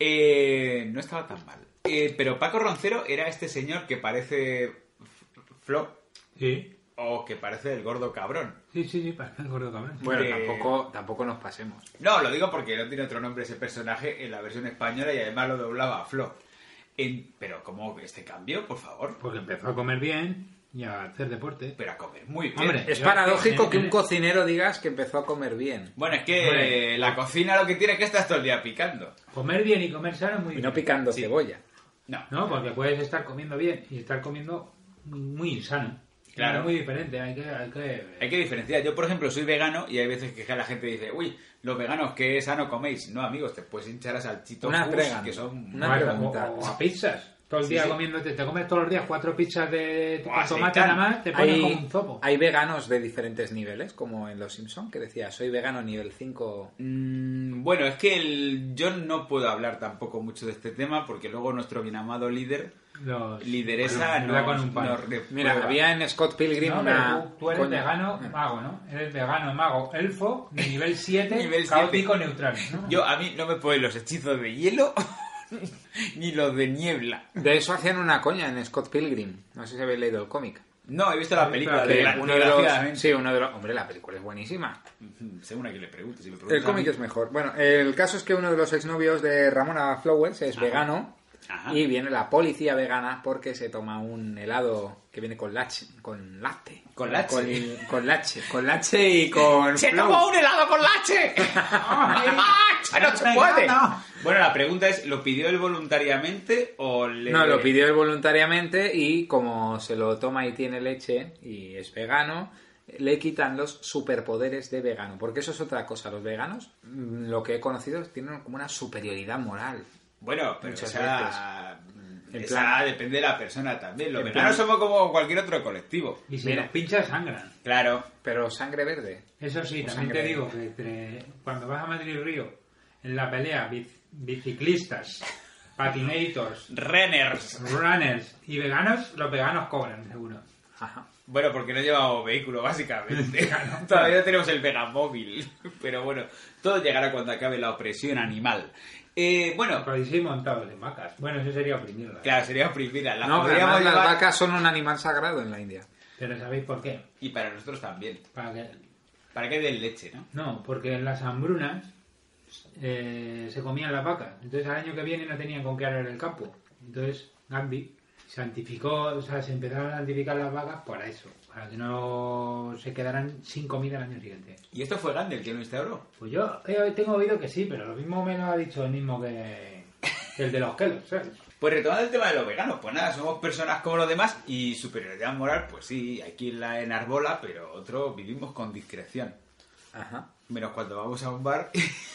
S4: Eh, no estaba tan mal. Eh, pero Paco Roncero era este señor que parece F- Flo
S5: Sí.
S4: o que parece el gordo cabrón.
S5: Sí, sí, sí, parece el gordo cabrón.
S3: Bueno,
S4: Que-
S3: tampoco, tampoco nos pasemos.
S4: No, lo digo porque no tiene otro nombre ese personaje en la versión española y además lo doblaba a Flo. En- pero ¿cómo este cambio, por favor?
S5: Porque empezó a comer bien y a hacer deporte.
S4: Pero a comer muy bien.
S5: Hombre,
S3: Es
S5: Yo-
S3: paradójico
S5: en-
S3: que
S5: en-
S3: un cocinero digas que empezó a comer bien.
S4: Bueno, es que
S5: Hombre.
S4: eh, la cocina lo que tiene es que estás todo el día picando.
S5: Comer bien y comer sano es muy
S3: Y no
S5: bien.
S3: picando
S4: Sí.
S3: cebolla.
S4: No.
S5: No, porque puedes estar comiendo bien y estar comiendo muy sano.
S4: Claro.
S5: Es muy diferente, hay que... Hay que...
S4: Hay que diferenciar. Yo, por ejemplo, soy vegano y hay veces que la gente dice, uy, los veganos, ¿qué sano coméis? No, amigos, te puedes hinchar a salchitos
S3: Una
S4: Gus,
S3: pregan.
S4: que son...
S3: Una
S5: o, a-
S3: pregunta.
S5: o a pizzas. Todo el
S4: Sí,
S5: día
S4: sí.
S5: comiéndote, te comes todos los días cuatro pizzas de
S4: Buah,
S5: con tomate
S4: aceitán.
S5: nada más, te pones como
S3: Hay,
S5: un zopo.
S3: hay veganos de diferentes niveles, como en Los Simpson, que decía, soy vegano nivel cinco.
S4: Mm, bueno, es que el- yo no puedo hablar tampoco mucho de este tema porque luego nuestro bien amado líder,
S5: Los...
S4: lideresa,
S5: Bueno, me da
S4: nos,
S5: con un palo.
S4: nos reprueba.
S3: Mira, había en Scott Pilgrim
S5: No,
S3: una...
S5: pero tú, tú eres
S3: coña-
S5: vegano mago, ¿no? Eres vegano mago elfo de nivel siete,
S4: Nivel
S5: caótico
S4: siete.
S5: neutral, ¿no?
S4: Yo, a mí no me pueden los hechizos de hielo ni los de niebla.
S3: De eso hacían una coña en Scott Pilgrim. No sé si habéis leído el cómic.
S4: No, he visto la película,
S3: Que
S4: de
S3: uno de los...
S4: desgraciadamente.
S3: Sí, uno de los... Hombre, la película es buenísima.
S4: Según a quien le pregunte. Si me preguntas
S3: El
S4: a
S3: cómic
S4: mí-
S3: es mejor. Bueno, el caso es que uno de los exnovios de Ramona Flowers es
S4: Ajá.
S3: vegano
S4: Ajá.
S3: y viene la policía vegana porque se toma un helado que viene con lache, con lácte.
S4: Con lache.
S3: Con, con lache, con lache y con
S4: ¡Se
S3: flow.
S4: tomó un helado con lache! ¡Ah, no se puede! Bueno, la pregunta es, ¿lo pidió él voluntariamente o le...?
S3: No, lo pidió él voluntariamente y como se lo toma y tiene leche y es vegano, le quitan los superpoderes de vegano. Porque eso es otra cosa. Los veganos, lo que he conocido, tienen como una superioridad moral.
S4: Bueno, pero
S3: Muchas
S4: esa,
S3: En
S4: esa
S3: plan-
S4: depende de la persona también. Los
S3: En
S4: veganos
S3: plan-
S4: somos como cualquier otro colectivo.
S5: Y si
S3: Mira.
S5: los pinchas, sangran.
S4: Claro.
S3: Pero sangre verde.
S5: Eso sí,
S3: O
S5: también
S3: sangre
S5: te digo que entre- cuando vas a Madrid-Río, en la pelea, bic- biciclistas, patinators,
S4: Renners.
S5: runners y veganos, los veganos cobran, seguro.
S3: Ajá.
S4: Bueno, porque no llevamos vehículo, básicamente. Todavía no tenemos el Vegamóvil. Pero bueno, todo llegará cuando acabe la opresión animal. Eh, bueno,
S5: Pero sí montados en vacas. Bueno, eso sería oprimirlas.
S4: claro, sería oprimida. Las
S3: No, pero
S4: podríamos
S3: además
S4: llevar...
S3: las vacas son un animal sagrado en la India.
S5: Pero ¿sabéis por qué?
S4: Y para nosotros también.
S5: Para que...
S4: Para que den leche, ¿no?
S5: No, porque en las hambrunas eh, se comían las vacas. Entonces al año que viene no tenían con qué arar el campo. Entonces Gandhi santificó, o sea, se empezaron a santificar las vacas para eso, para que no se quedaran sin comida el año siguiente.
S4: ¿Y esto fue Gandhi el que lo instauró?
S5: Pues yo eh, tengo oído que sí, pero lo mismo me lo ha dicho el mismo que, que el de los Kellogg's, ¿sabes?
S4: Pues retomando el tema de los veganos, pues nada, somos personas como los demás y superioridad moral, pues sí, hay quien la enarbola, pero otros vivimos con discreción.
S3: Ajá.
S4: Menos cuando vamos a un bar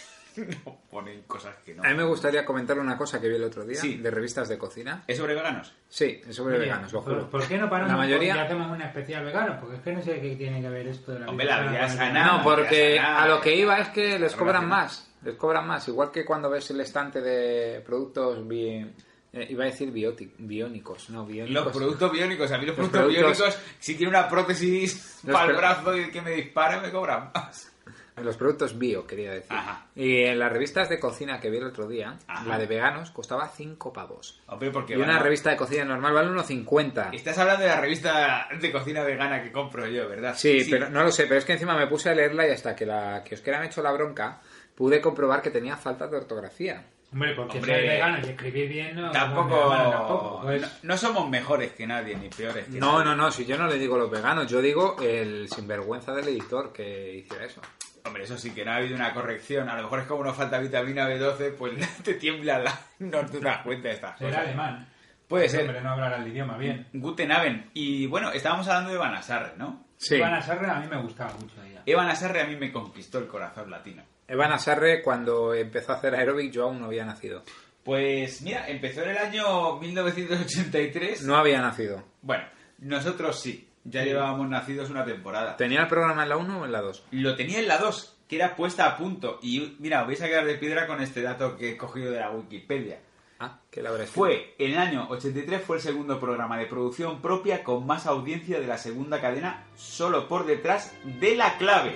S4: y nos ponen cosas que no.
S3: A mí me gustaría comentar una cosa que vi el otro día
S4: Sí.
S3: de revistas de cocina.
S4: ¿Es sobre veganos?
S3: Sí, es sobre
S5: Oye,
S3: veganos, lo
S5: ¿por,
S3: juro.
S5: ¿por qué no paramos
S3: La mayoría-
S5: y hacemos una especial vegano? Porque es que no sé qué tiene que ver esto de la
S4: Hombre,
S5: vida
S4: la
S5: sana
S4: vida
S5: con el
S4: sana.
S5: vegano.
S3: No, porque
S4: ya está.
S3: a lo que iba es que les cobran
S4: Relación.
S3: más. Les cobran más. Igual que cuando ves el estante de productos bi- eh, iba a decir bióti- biónicos, no biónicos.
S4: Los productos biónicos, a mí los,
S3: Los
S4: productos,
S3: productos-
S4: biónicos, si quiero una prótesis
S3: Los
S4: para el
S3: pro-
S4: brazo y que me dispare, me cobran más.
S3: Los productos bio, quería decir.
S4: Ajá.
S3: Y en las revistas de cocina que vi el otro día,
S4: Ajá.
S3: la de veganos costaba cinco pavos.
S4: Hombre, porque
S3: Y una
S4: bueno,
S3: revista de cocina normal vale uno cincuenta.
S4: Estás hablando de la revista de cocina vegana que compro yo, ¿verdad?
S3: Sí, pero no lo sé, pero es que encima me puse a leerla y hasta que la kiosquera me echó la bronca, pude comprobar que tenía falta de ortografía.
S5: Hombre, porque
S4: Hombre,
S5: ser vegano y escribir bien no...
S4: Tampoco,
S5: no, no, tampoco. Pues,
S4: no, no somos mejores que nadie, ni peores que
S3: No,
S4: nadie.
S3: no, no, si yo no le digo los veganos, yo digo el sinvergüenza del editor que hiciera eso.
S4: Hombre, eso sí que no ha habido una corrección. A lo mejor es como nos falta vitamina B doce, pues te tiembla la... No te das cuenta de estas
S5: será
S4: cosas.
S5: alemán.
S4: Puede
S5: Ese
S4: ser.
S5: hombre no hablará el idioma bien.
S4: Guten Abend. Y bueno, estábamos hablando de Ivana Sarre, ¿no?
S3: Sí.
S5: Ivana Sarre a mí me gustaba mucho ella.
S4: Ivana Sarre a mí me conquistó el corazón latino.
S3: Ivana Sarre, cuando empezó a hacer aeróbic, yo aún no había nacido.
S4: Pues mira, empezó en el año mil novecientos ochenta y tres.
S3: No había nacido.
S4: Bueno, nosotros sí. Ya llevábamos nacidos una temporada.
S3: ¿Tenía el programa en la uno o en la dos?
S4: Lo tenía en la dos, que era puesta a punto. Y mira, os vais a quedar de piedra con este dato que he cogido de la Wikipedia.
S3: Ah, que la habrá
S4: Fue, en el año ochenta y tres, fue el segundo programa de producción propia con más audiencia de la segunda cadena, solo por detrás de La Clave.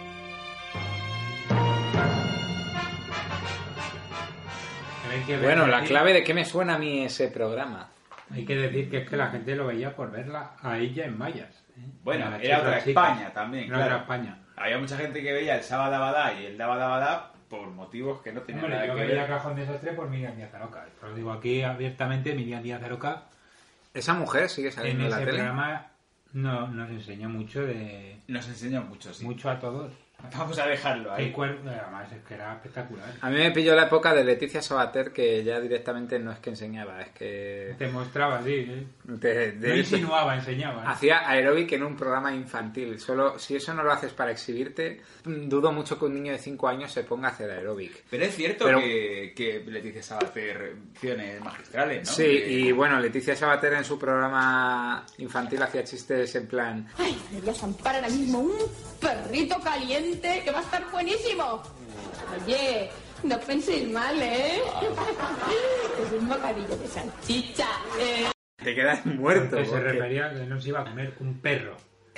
S5: Pero hay que ver-
S3: Bueno, la
S5: decir-
S3: clave de qué me suena a mí ese programa.
S5: Hay que decir que es que la gente lo veía por verla a ella en mallas. ¿eh?
S4: Bueno,
S5: A la
S4: era
S5: chica
S4: otra
S5: chica.
S4: España también,
S5: Era
S4: claro.
S5: otra España.
S4: Había mucha gente que veía el Sabadabadá y el Dabadabadá por motivos que no tenían
S5: Hombre,
S4: nada
S5: yo
S4: que
S5: veía
S4: ver.
S5: Cajón Desastre por Miriam Díaz Aroca. Os lo digo aquí abiertamente, Miriam Díaz Aroca
S3: ¿Esa mujer sigue
S5: en
S3: saliendo en
S5: ese
S3: la tele?
S5: programa no, nos enseñó mucho de...
S4: Nos enseñó mucho, sí.
S5: Mucho a todos.
S4: Vamos a dejarlo ahí.
S5: El cuerpo, además es que era espectacular.
S3: A mí me pilló la época de Leticia Sabater, que ya directamente no es que enseñaba, es que...
S5: Te mostraba así, ¿eh?
S3: te-
S5: No
S3: de-
S5: insinuaba, enseñaba. ¿eh?
S3: Hacía aeróbic en un programa infantil. Solo si eso no lo haces para exhibirte, dudo mucho que un niño de cinco años se ponga a hacer aeróbic.
S4: Pero es cierto
S3: Pero-
S4: que, que Leticia Sabater acciones magistrales, ¿no?
S3: Sí,
S4: Que-
S3: y bueno, Leticia Sabater en su programa infantil hacía chistes en plan...
S12: Ay, debería zampar ahora mismo un perrito caliente que va a estar buenísimo. Oye, no penséis mal, ¿eh? Es un bocadillo de salchicha, ¿eh?
S3: Te quedas muerto.
S5: Que se
S3: porque-
S5: refería a que no se iba a comer un perro.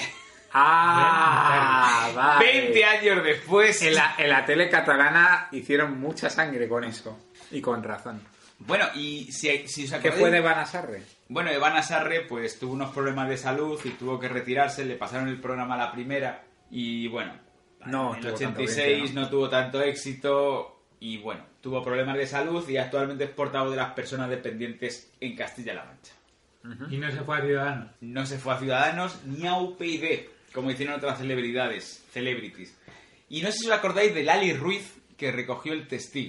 S3: Ah, vale.
S4: veinte años después.
S3: En la, en la tele catalana hicieron mucha sangre con eso. Y con razón.
S4: Bueno, y si, si os
S3: ¿Qué
S4: acordáis...
S3: fue de Ivana Sarre?
S4: Bueno, Ivana Sarre pues tuvo unos problemas de salud y tuvo que retirarse, le pasaron el programa a la primera y bueno,
S3: No,
S4: en el
S3: tuvo
S4: ochenta y
S3: tanto
S4: seis
S3: audiencia,
S4: no tuvo tanto éxito y bueno, tuvo problemas de salud y actualmente es portavoz de las personas dependientes en Castilla-La Mancha.
S5: Y no se fue a Ciudadanos.
S4: No se fue a Ciudadanos ni a U P yD, como hicieron otras celebridades, celebrities. Y no sé si os acordáis de Lali Ruiz, que recogió el testigo.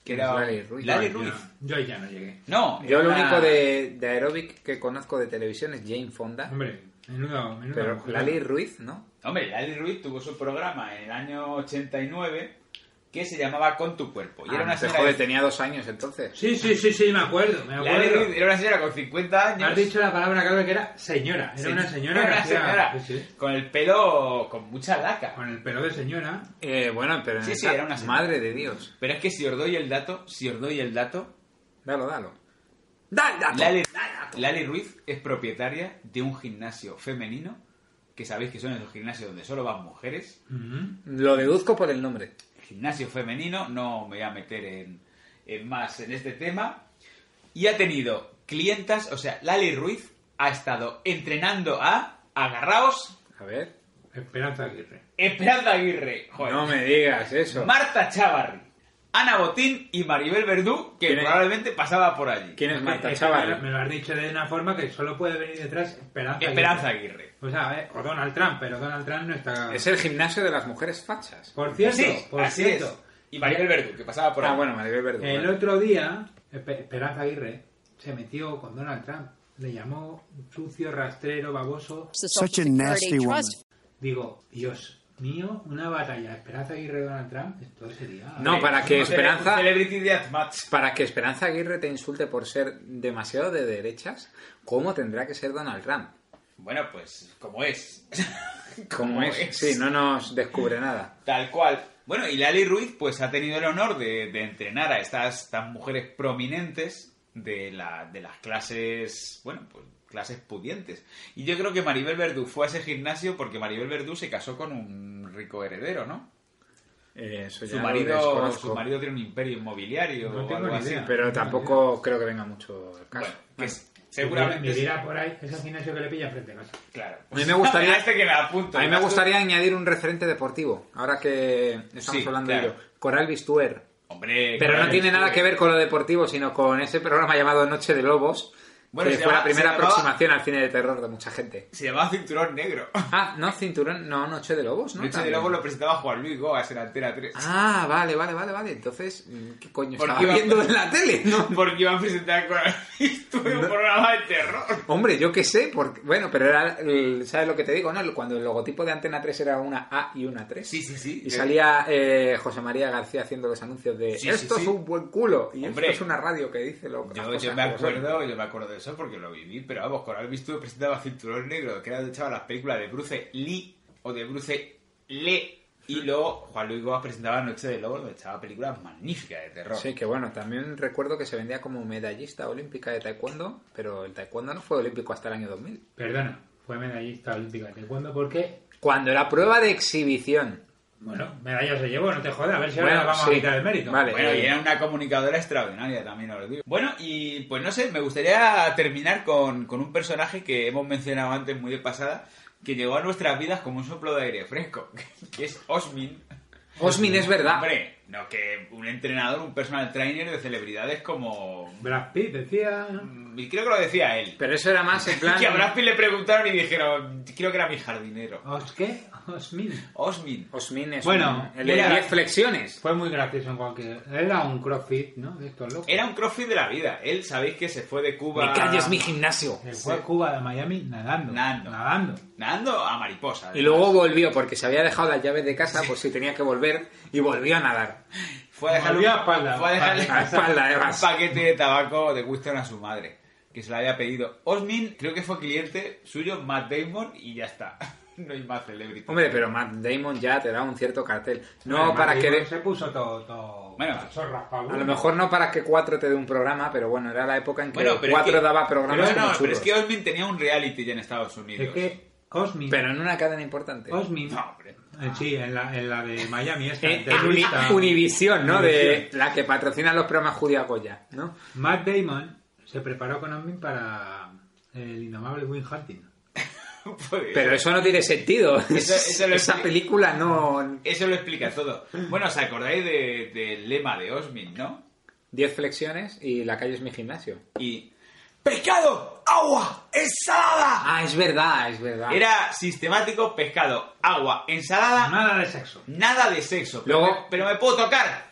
S4: Que era
S3: Lali Ruiz.
S4: Lali
S5: Yo-
S4: Ruiz.
S5: Yo ahí ya no llegué.
S4: No,
S3: Yo lo
S4: era-
S3: único de, de aeróbic que conozco de televisión es Jane Fonda.
S5: Hombre, menudo, menudo
S3: Pero
S5: mujer.
S3: Lali Ruiz, ¿no?
S4: Hombre, Lali Ruiz tuvo su programa en el año ochenta y nueve que se llamaba Con tu cuerpo. Y
S3: Ah,
S4: era una
S3: no te
S4: señora
S3: jode,
S4: de-
S3: tenía dos años entonces.
S5: Sí, sí, sí, sí, me acuerdo, me
S4: Lali
S5: acuerdo.
S4: Ruiz era una señora con cincuenta años.
S5: Has dicho la palabra clave que era señora. Era
S4: Sí,
S5: una señora
S4: era
S5: que
S4: una
S5: hacía-
S4: señora,
S5: sí, sí.
S4: con el pelo con mucha laca.
S5: Con el pelo de señora.
S3: Eh, bueno, pero en
S4: Sí, sí,
S3: esa-
S4: era una señora.
S3: madre de Dios.
S4: Pero es que si os doy el dato, si os doy el dato,
S3: Dalo, dalo. ¡Dale, dato!
S4: Lali,
S3: ¡Dale, dato!
S4: Lali Ruiz es propietaria de un gimnasio femenino, que sabéis que son esos gimnasios donde solo van mujeres.
S3: Lo deduzco por el nombre.
S4: Gimnasio femenino, no me voy a meter en, en más en este tema. Y ha tenido clientas, o sea, Lali Ruiz ha estado entrenando a, agarraos,
S3: A ver.
S5: Esperanza Aguirre.
S4: Esperanza Aguirre, joder,
S3: No me digas eso.
S4: Marta Chávarri, Ana Botín y Maribel Verdú, que
S3: ¿Quién es?
S4: probablemente pasaba por allí.
S3: ¿Quién es Marta
S5: Es que me, lo-
S3: Chávarri?
S5: me lo has dicho de una forma que solo puede venir detrás Esperanza
S4: Esperanza
S5: Aguirre.
S4: Aguirre.
S5: O sea, eh, o Donald Trump, pero Donald Trump no está...
S3: Es el gimnasio de las mujeres fachas.
S5: Por cierto,
S4: Sí,
S5: por
S4: así
S5: cierto.
S4: es. Y Maribel Verdú, que pasaba por
S3: Ah,
S4: allí.
S3: bueno, Maribel Verdú.
S5: El
S3: vale.
S5: otro día, Espe- Esperanza Aguirre se metió con Donald Trump. Le llamó sucio, rastrero, baboso.
S13: Such a nasty woman.
S5: Digo, Dios mío, una batalla Esperanza Aguirre-Donald Trump, esto sería...
S3: No, para que
S4: Un
S3: Esperanza...
S4: Celebrity Deathmatch.
S3: Para que Esperanza Aguirre te insulte por ser demasiado de derechas, ¿cómo tendrá que ser Donald Trump?
S4: Bueno, pues como es.
S3: Como es. Sí, no nos descubre nada.
S4: Tal cual. Bueno, y Lali Ruiz pues ha tenido el honor de, de entrenar a estas, estas mujeres prominentes de, la, de las clases, bueno, pues clases pudientes. Y yo creo que Maribel Verdú fue a ese gimnasio porque Maribel Verdú se casó con un rico heredero, ¿no?
S3: Eh, eso ya
S4: Su
S3: lo
S4: marido,
S3: desconozco.
S4: su marido tiene un imperio inmobiliario
S5: No
S4: o
S5: tengo
S4: algo
S5: ni
S4: así.
S5: idea.
S3: Pero tampoco creo que venga mucho el caso.
S4: Bueno, que es-
S5: Me
S4: seguramente...
S5: dirá por ahí, es el gimnasio que le pilla frente a casa.
S4: Claro.
S3: A mí me gustaría-
S4: A este que me apunto.
S3: A mí me gustaría añadir un referente deportivo, ahora que estamos
S4: Sí,
S3: hablando
S4: claro.
S3: de ello. Coral Bistuer.
S4: Hombre,
S3: Pero no
S4: Coral
S3: tiene nada
S4: Bistuer.
S3: que ver con lo deportivo, sino con ese programa llamado Noche de Lobos,
S4: Bueno,
S3: que
S4: se
S3: fue
S4: llama-
S3: la primera
S4: se llamaba-
S3: aproximación al cine de terror de mucha gente.
S4: Se llamaba Cinturón Negro.
S3: Ah, no, Cinturón, no, Noche de Lobos, ¿no?
S4: Noche de
S3: También.
S4: Lobos lo presentaba Juan Luis Goas en Antena tres.
S3: Ah, vale, vale, vale, vale. Entonces, ¿qué coño
S4: Porque
S3: estaba
S4: iba-
S3: viendo en la tele? No.
S4: Porque iban a presentar Coral Bistuer un
S3: No.
S4: programa de terror.
S3: Hombre, yo qué sé, porque, bueno, pero era, el- ¿sabes lo que te digo, no? Cuando el logotipo de Antena tres era una A y una tres.
S4: Sí, sí, sí.
S3: Y salía eh, José María García haciendo los anuncios de
S4: Sí, sí,
S3: esto
S4: sí.
S3: es un buen culo y
S4: Hombre.
S3: esto es una radio que dice lo
S4: Yo,
S3: las
S4: yo
S3: cosas
S4: me
S3: como son.
S4: acuerdo, yo me acuerdo de eso porque lo viví, pero vamos, Coral Bistuer presentaba Cinturón Negro, que era de echaba las películas de Bruce Lee o de Bruce Lee, y luego Juan Luis Goas presentaba Noche de Lobos, donde echaba películas magníficas de terror.
S3: Sí, que bueno, también recuerdo que se vendía como medallista olímpica de taekwondo, pero el taekwondo no fue olímpico hasta el año dos mil.
S5: Perdona, fue medallista olímpica de taekwondo, ¿por qué?
S3: Cuando era prueba de exhibición.
S5: Bueno, medalla se llevó, no te jodas, a ver si
S3: Bueno,
S5: ahora vamos
S3: sí.
S5: a quitar el mérito.
S3: Vale.
S4: Bueno, y
S3: eh,
S4: era una comunicadora extraordinaria, también os lo digo. Bueno, y pues no sé, me gustaría terminar con, con un personaje que hemos mencionado antes muy de pasada, que llegó a nuestras vidas como un soplo de aire fresco, que es Osmin.
S3: Osmin, es verdad.
S4: Hombre, no, que un entrenador, un personal trainer de celebridades como...
S5: Brad Pitt decía...
S4: Y creo que lo decía él.
S3: Pero eso era más en plan...
S4: Que a Brad Pitt le preguntaron y dijeron, creo que era mi jardinero.
S5: ¿Os qué? Osmin.
S4: Osmin.
S3: Osmin es
S5: Bueno,
S3: un- el de
S5: mira,
S3: diez flexiones.
S5: Fue muy gracioso en cualquier... Era un crossfit, ¿no? De estos locos.
S4: Era un crossfit de la vida. Él, sabéis que se fue de Cuba...
S3: Me calles mi gimnasio.
S5: Se fue a Cuba de Miami nadando.
S4: Nadando.
S5: Nadando.
S4: Nadando a mariposa.
S3: Y luego volvió, porque se había dejado las llaves de casa, por si tenía que volver, y volvió a nadar.
S4: Fue a dejarle
S5: Volvió
S4: un,
S5: a espalda.
S4: fue a dejarle
S3: A espalda, además.
S4: un paquete de tabaco de Winston a su madre, que se lo había pedido. Osmin, creo que fue cliente suyo, Matt Damon, y ya está. No hay más celebrity.
S3: Hombre, pero Matt Damon ya te da un cierto cartel. No
S5: Bueno,
S3: para
S5: Matt
S3: que...
S5: Damon
S3: de-
S5: Se puso todo... todo
S4: Bueno,
S5: todo raspado.
S3: A lo mejor no para que Cuatro te dé un programa, pero bueno, era la época en que
S4: Bueno, pero
S3: Cuatro
S4: es que-
S3: daba programas
S4: Pero no,
S3: como
S4: pero es
S3: churros.
S4: que Osmin tenía un reality ya en Estados Unidos.
S5: Es que Osmin...
S3: Pero en una cadena importante.
S5: Osmin...
S4: No, hombre.
S5: Eh, sí, en la, en la de Miami esta.
S3: En, en Uni-
S5: entrevista-
S3: Univisión, ¿no? De
S5: Univisión.
S3: la que patrocina los programas Judía Goya, ¿no?
S5: Matt Damon se preparó con Osmin para el indomable Win Hunting.
S4: Pues,
S3: Pero eso no tiene sentido.
S4: Eso- eso lo
S3: Esa
S4: expli-
S3: película no...
S4: Eso lo explica todo. Bueno, ¿os acordáis de- del lema de Osmin, no?
S3: Diez flexiones y la calle es mi gimnasio.
S4: Y... ¡Pescado! ¡Agua! ¡Ensalada!
S3: Ah, es verdad, es verdad.
S4: Era sistemático, pescado, agua, ensalada,
S5: Nada de sexo.
S4: nada de sexo. Pero,
S3: Luego-
S4: me, pero me puedo tocar.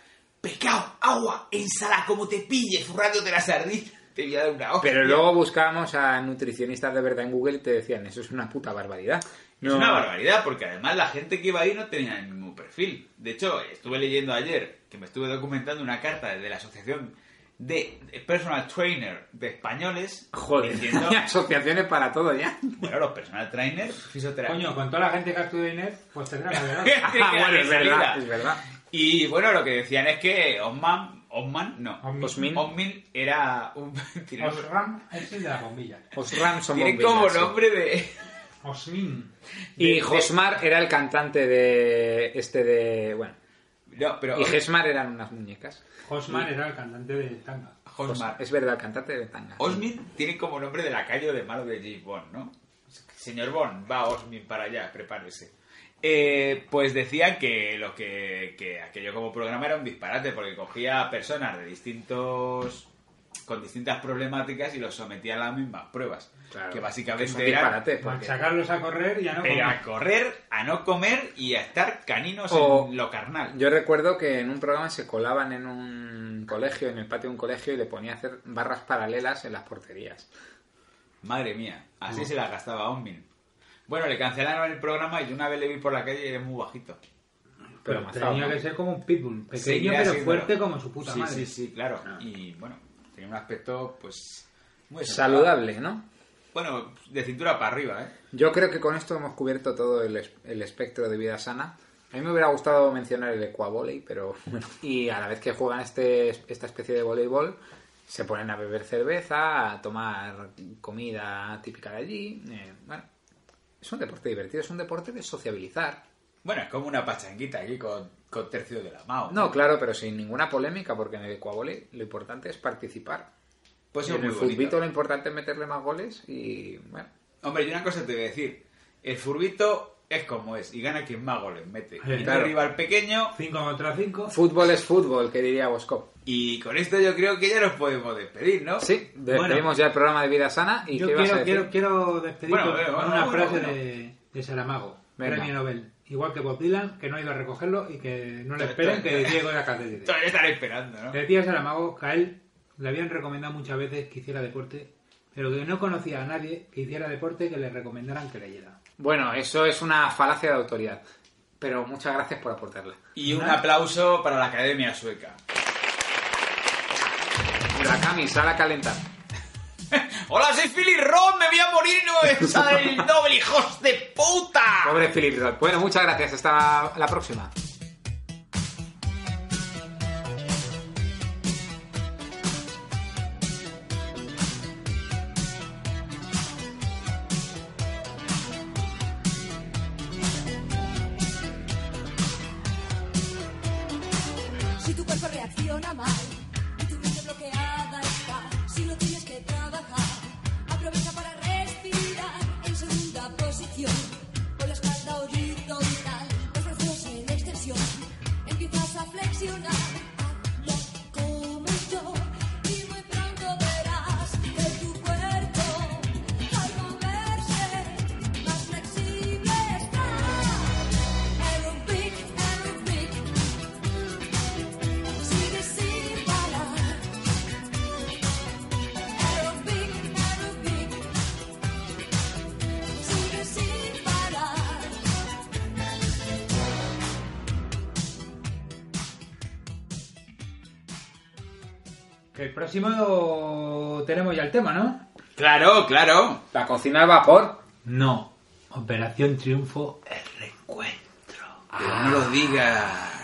S4: pescado, agua, ensalada, como te pille, zurrándote la sardina, te voy a dar una hostia.
S3: Pero luego buscábamos a nutricionistas de verdad en Google y te decían, eso es una puta barbaridad. No.
S4: Es una barbaridad, porque además la gente que iba ahí no tenía el mismo perfil. De hecho, estuve leyendo ayer, que me estuve documentando una carta desde la Asociación de Personal Trainer de Españoles.
S3: Joder,
S4: diciendo,
S3: hay asociaciones para todo ya.
S4: Bueno, los Personal Trainers, fisioterapia.
S5: Coño, con toda la gente que actúa en N E F, pues tendrán la verdad.
S3: Ah, bueno, es verdad, es verdad.
S4: Y bueno, lo que decían es que Osman, Osman, no,
S3: Osmin,
S4: Osmin era un...
S5: Osram es el de la bombilla.
S3: Osram son
S4: Tiene
S3: bombillas,
S4: como
S3: sí.
S4: nombre de...
S5: Osmin.
S3: Y
S4: de-
S3: Josmar era el cantante de este de... Bueno.
S4: No, pero...
S3: Y Gesmar eran unas muñecas.
S5: Osman era el cantante de Tanga.
S4: Josmar.
S3: Es verdad, el cantante de Tanga.
S4: Osmin tiene como nombre de lacayo de malo de James Bond, ¿no? Señor Bond, va Osmin para allá, prepárese. Eh, pues decían que lo que, que aquello como programa era un disparate, porque cogía a personas de distintos... con distintas problemáticas y los sometía a las mismas pruebas.
S3: Claro,
S4: que básicamente
S3: es un
S4: eran...
S3: disparate, porque-
S5: Sacarlos a correr y a no
S4: Pero
S5: comer.
S4: a correr, a no comer y a estar caninos
S3: O-
S4: en lo carnal.
S3: Yo recuerdo que en un programa se colaban en un colegio, en el patio de un colegio, y le ponía a hacer barras paralelas en las porterías.
S4: Madre mía, así
S3: No.
S4: se la gastaba Osmin. Bueno, le cancelaron el programa y yo una vez le vi por la calle y era muy bajito.
S5: Pero
S3: mazao,
S5: tenía
S3: ¿no?
S5: que ser como un pitbull. Pequeño
S4: Seguirá
S5: pero
S4: siéndolo.
S5: fuerte como su puta
S4: sí,
S5: madre.
S4: Sí, sí, claro. Y bueno, tenía un aspecto pues... muy
S3: Saludable, ¿no?
S4: Bueno, de cintura para arriba, ¿eh?
S3: Yo creo que con esto hemos cubierto todo el, es- el espectro de vida sana. A mí me hubiera gustado mencionar el ecuavoley, pero bueno. Y a la vez que juegan este, esta especie de voleibol, se ponen a beber cerveza, a tomar comida típica de allí. Eh, bueno, es un deporte divertido, es un deporte de sociabilizar.
S4: Bueno, es como una pachanguita aquí con, con tercio de la mao.
S3: No, claro, pero sin ninguna polémica, porque en el ecuavoley lo importante es participar.
S4: Pues
S3: Y
S4: es
S3: en
S4: muy
S3: el
S4: bonito.
S3: futbito lo importante es meterle más goles y bueno.
S4: Hombre, y una cosa te voy a decir. El furbito es como es y gana quien más goles mete.
S5: Eh,
S4: Y
S3: claro.
S4: no rival pequeño.
S5: cinco contra cinco.
S3: Fútbol es fútbol, que diría Bosco.
S4: Y con esto yo creo que ya nos podemos despedir, ¿no?
S3: Sí, despedimos
S5: Bueno.
S3: ya el programa de Vida Sana. ¿Y
S5: Yo
S3: qué ibas a
S5: quiero,
S3: decir?
S5: quiero, quiero despedir
S4: Bueno,
S5: con,
S4: eh,
S5: con
S4: bueno,
S5: una
S4: bueno,
S5: frase
S4: bueno.
S5: de, de Saramago,
S3: Venga.
S5: premio Nobel. Igual que Bob Dylan, que no ha ido a recogerlo y que no le
S4: Todavía-
S5: esperen que
S4: todavía-
S5: llegue a cátedra.
S4: Todavía estaré esperando, ¿no?
S5: Decía Saramago que a él le habían recomendado muchas veces que hiciera deporte, pero que no conocía a nadie que hiciera deporte que le recomendaran que leyera.
S3: Bueno, eso es una falacia de autoridad. Pero muchas gracias por aportarla.
S4: Y un aplauso para la Academia Sueca.
S3: Murakami, sal a calentar.
S4: ¡Hola, soy Philip Roth! ¡Me voy a morir y no me voy a echar el Nobel, hijos de puta!
S3: Pobre Philip Roth. Bueno, muchas gracias. Hasta la próxima.
S13: Si tu cuerpo reacciona mal y tu mente bloqueada está, si no tienes que trabajar, aprovecha para respirar en segunda posición, con la espalda horizontal, los brazos en extensión, empiezas a flexionar, hazlo como yo y muy pronto verás que tu cuerpo al moverse más flexible está. Aerobic, aerobic. Sigue sin parar. Aerobic, aerobic. Sigue sin parar.
S5: Que el próximo tenemos ya el tema, ¿no?
S4: Claro, claro.
S3: La cocina al vapor.
S5: No. Operación Triunfo.
S4: Pero no lo digas.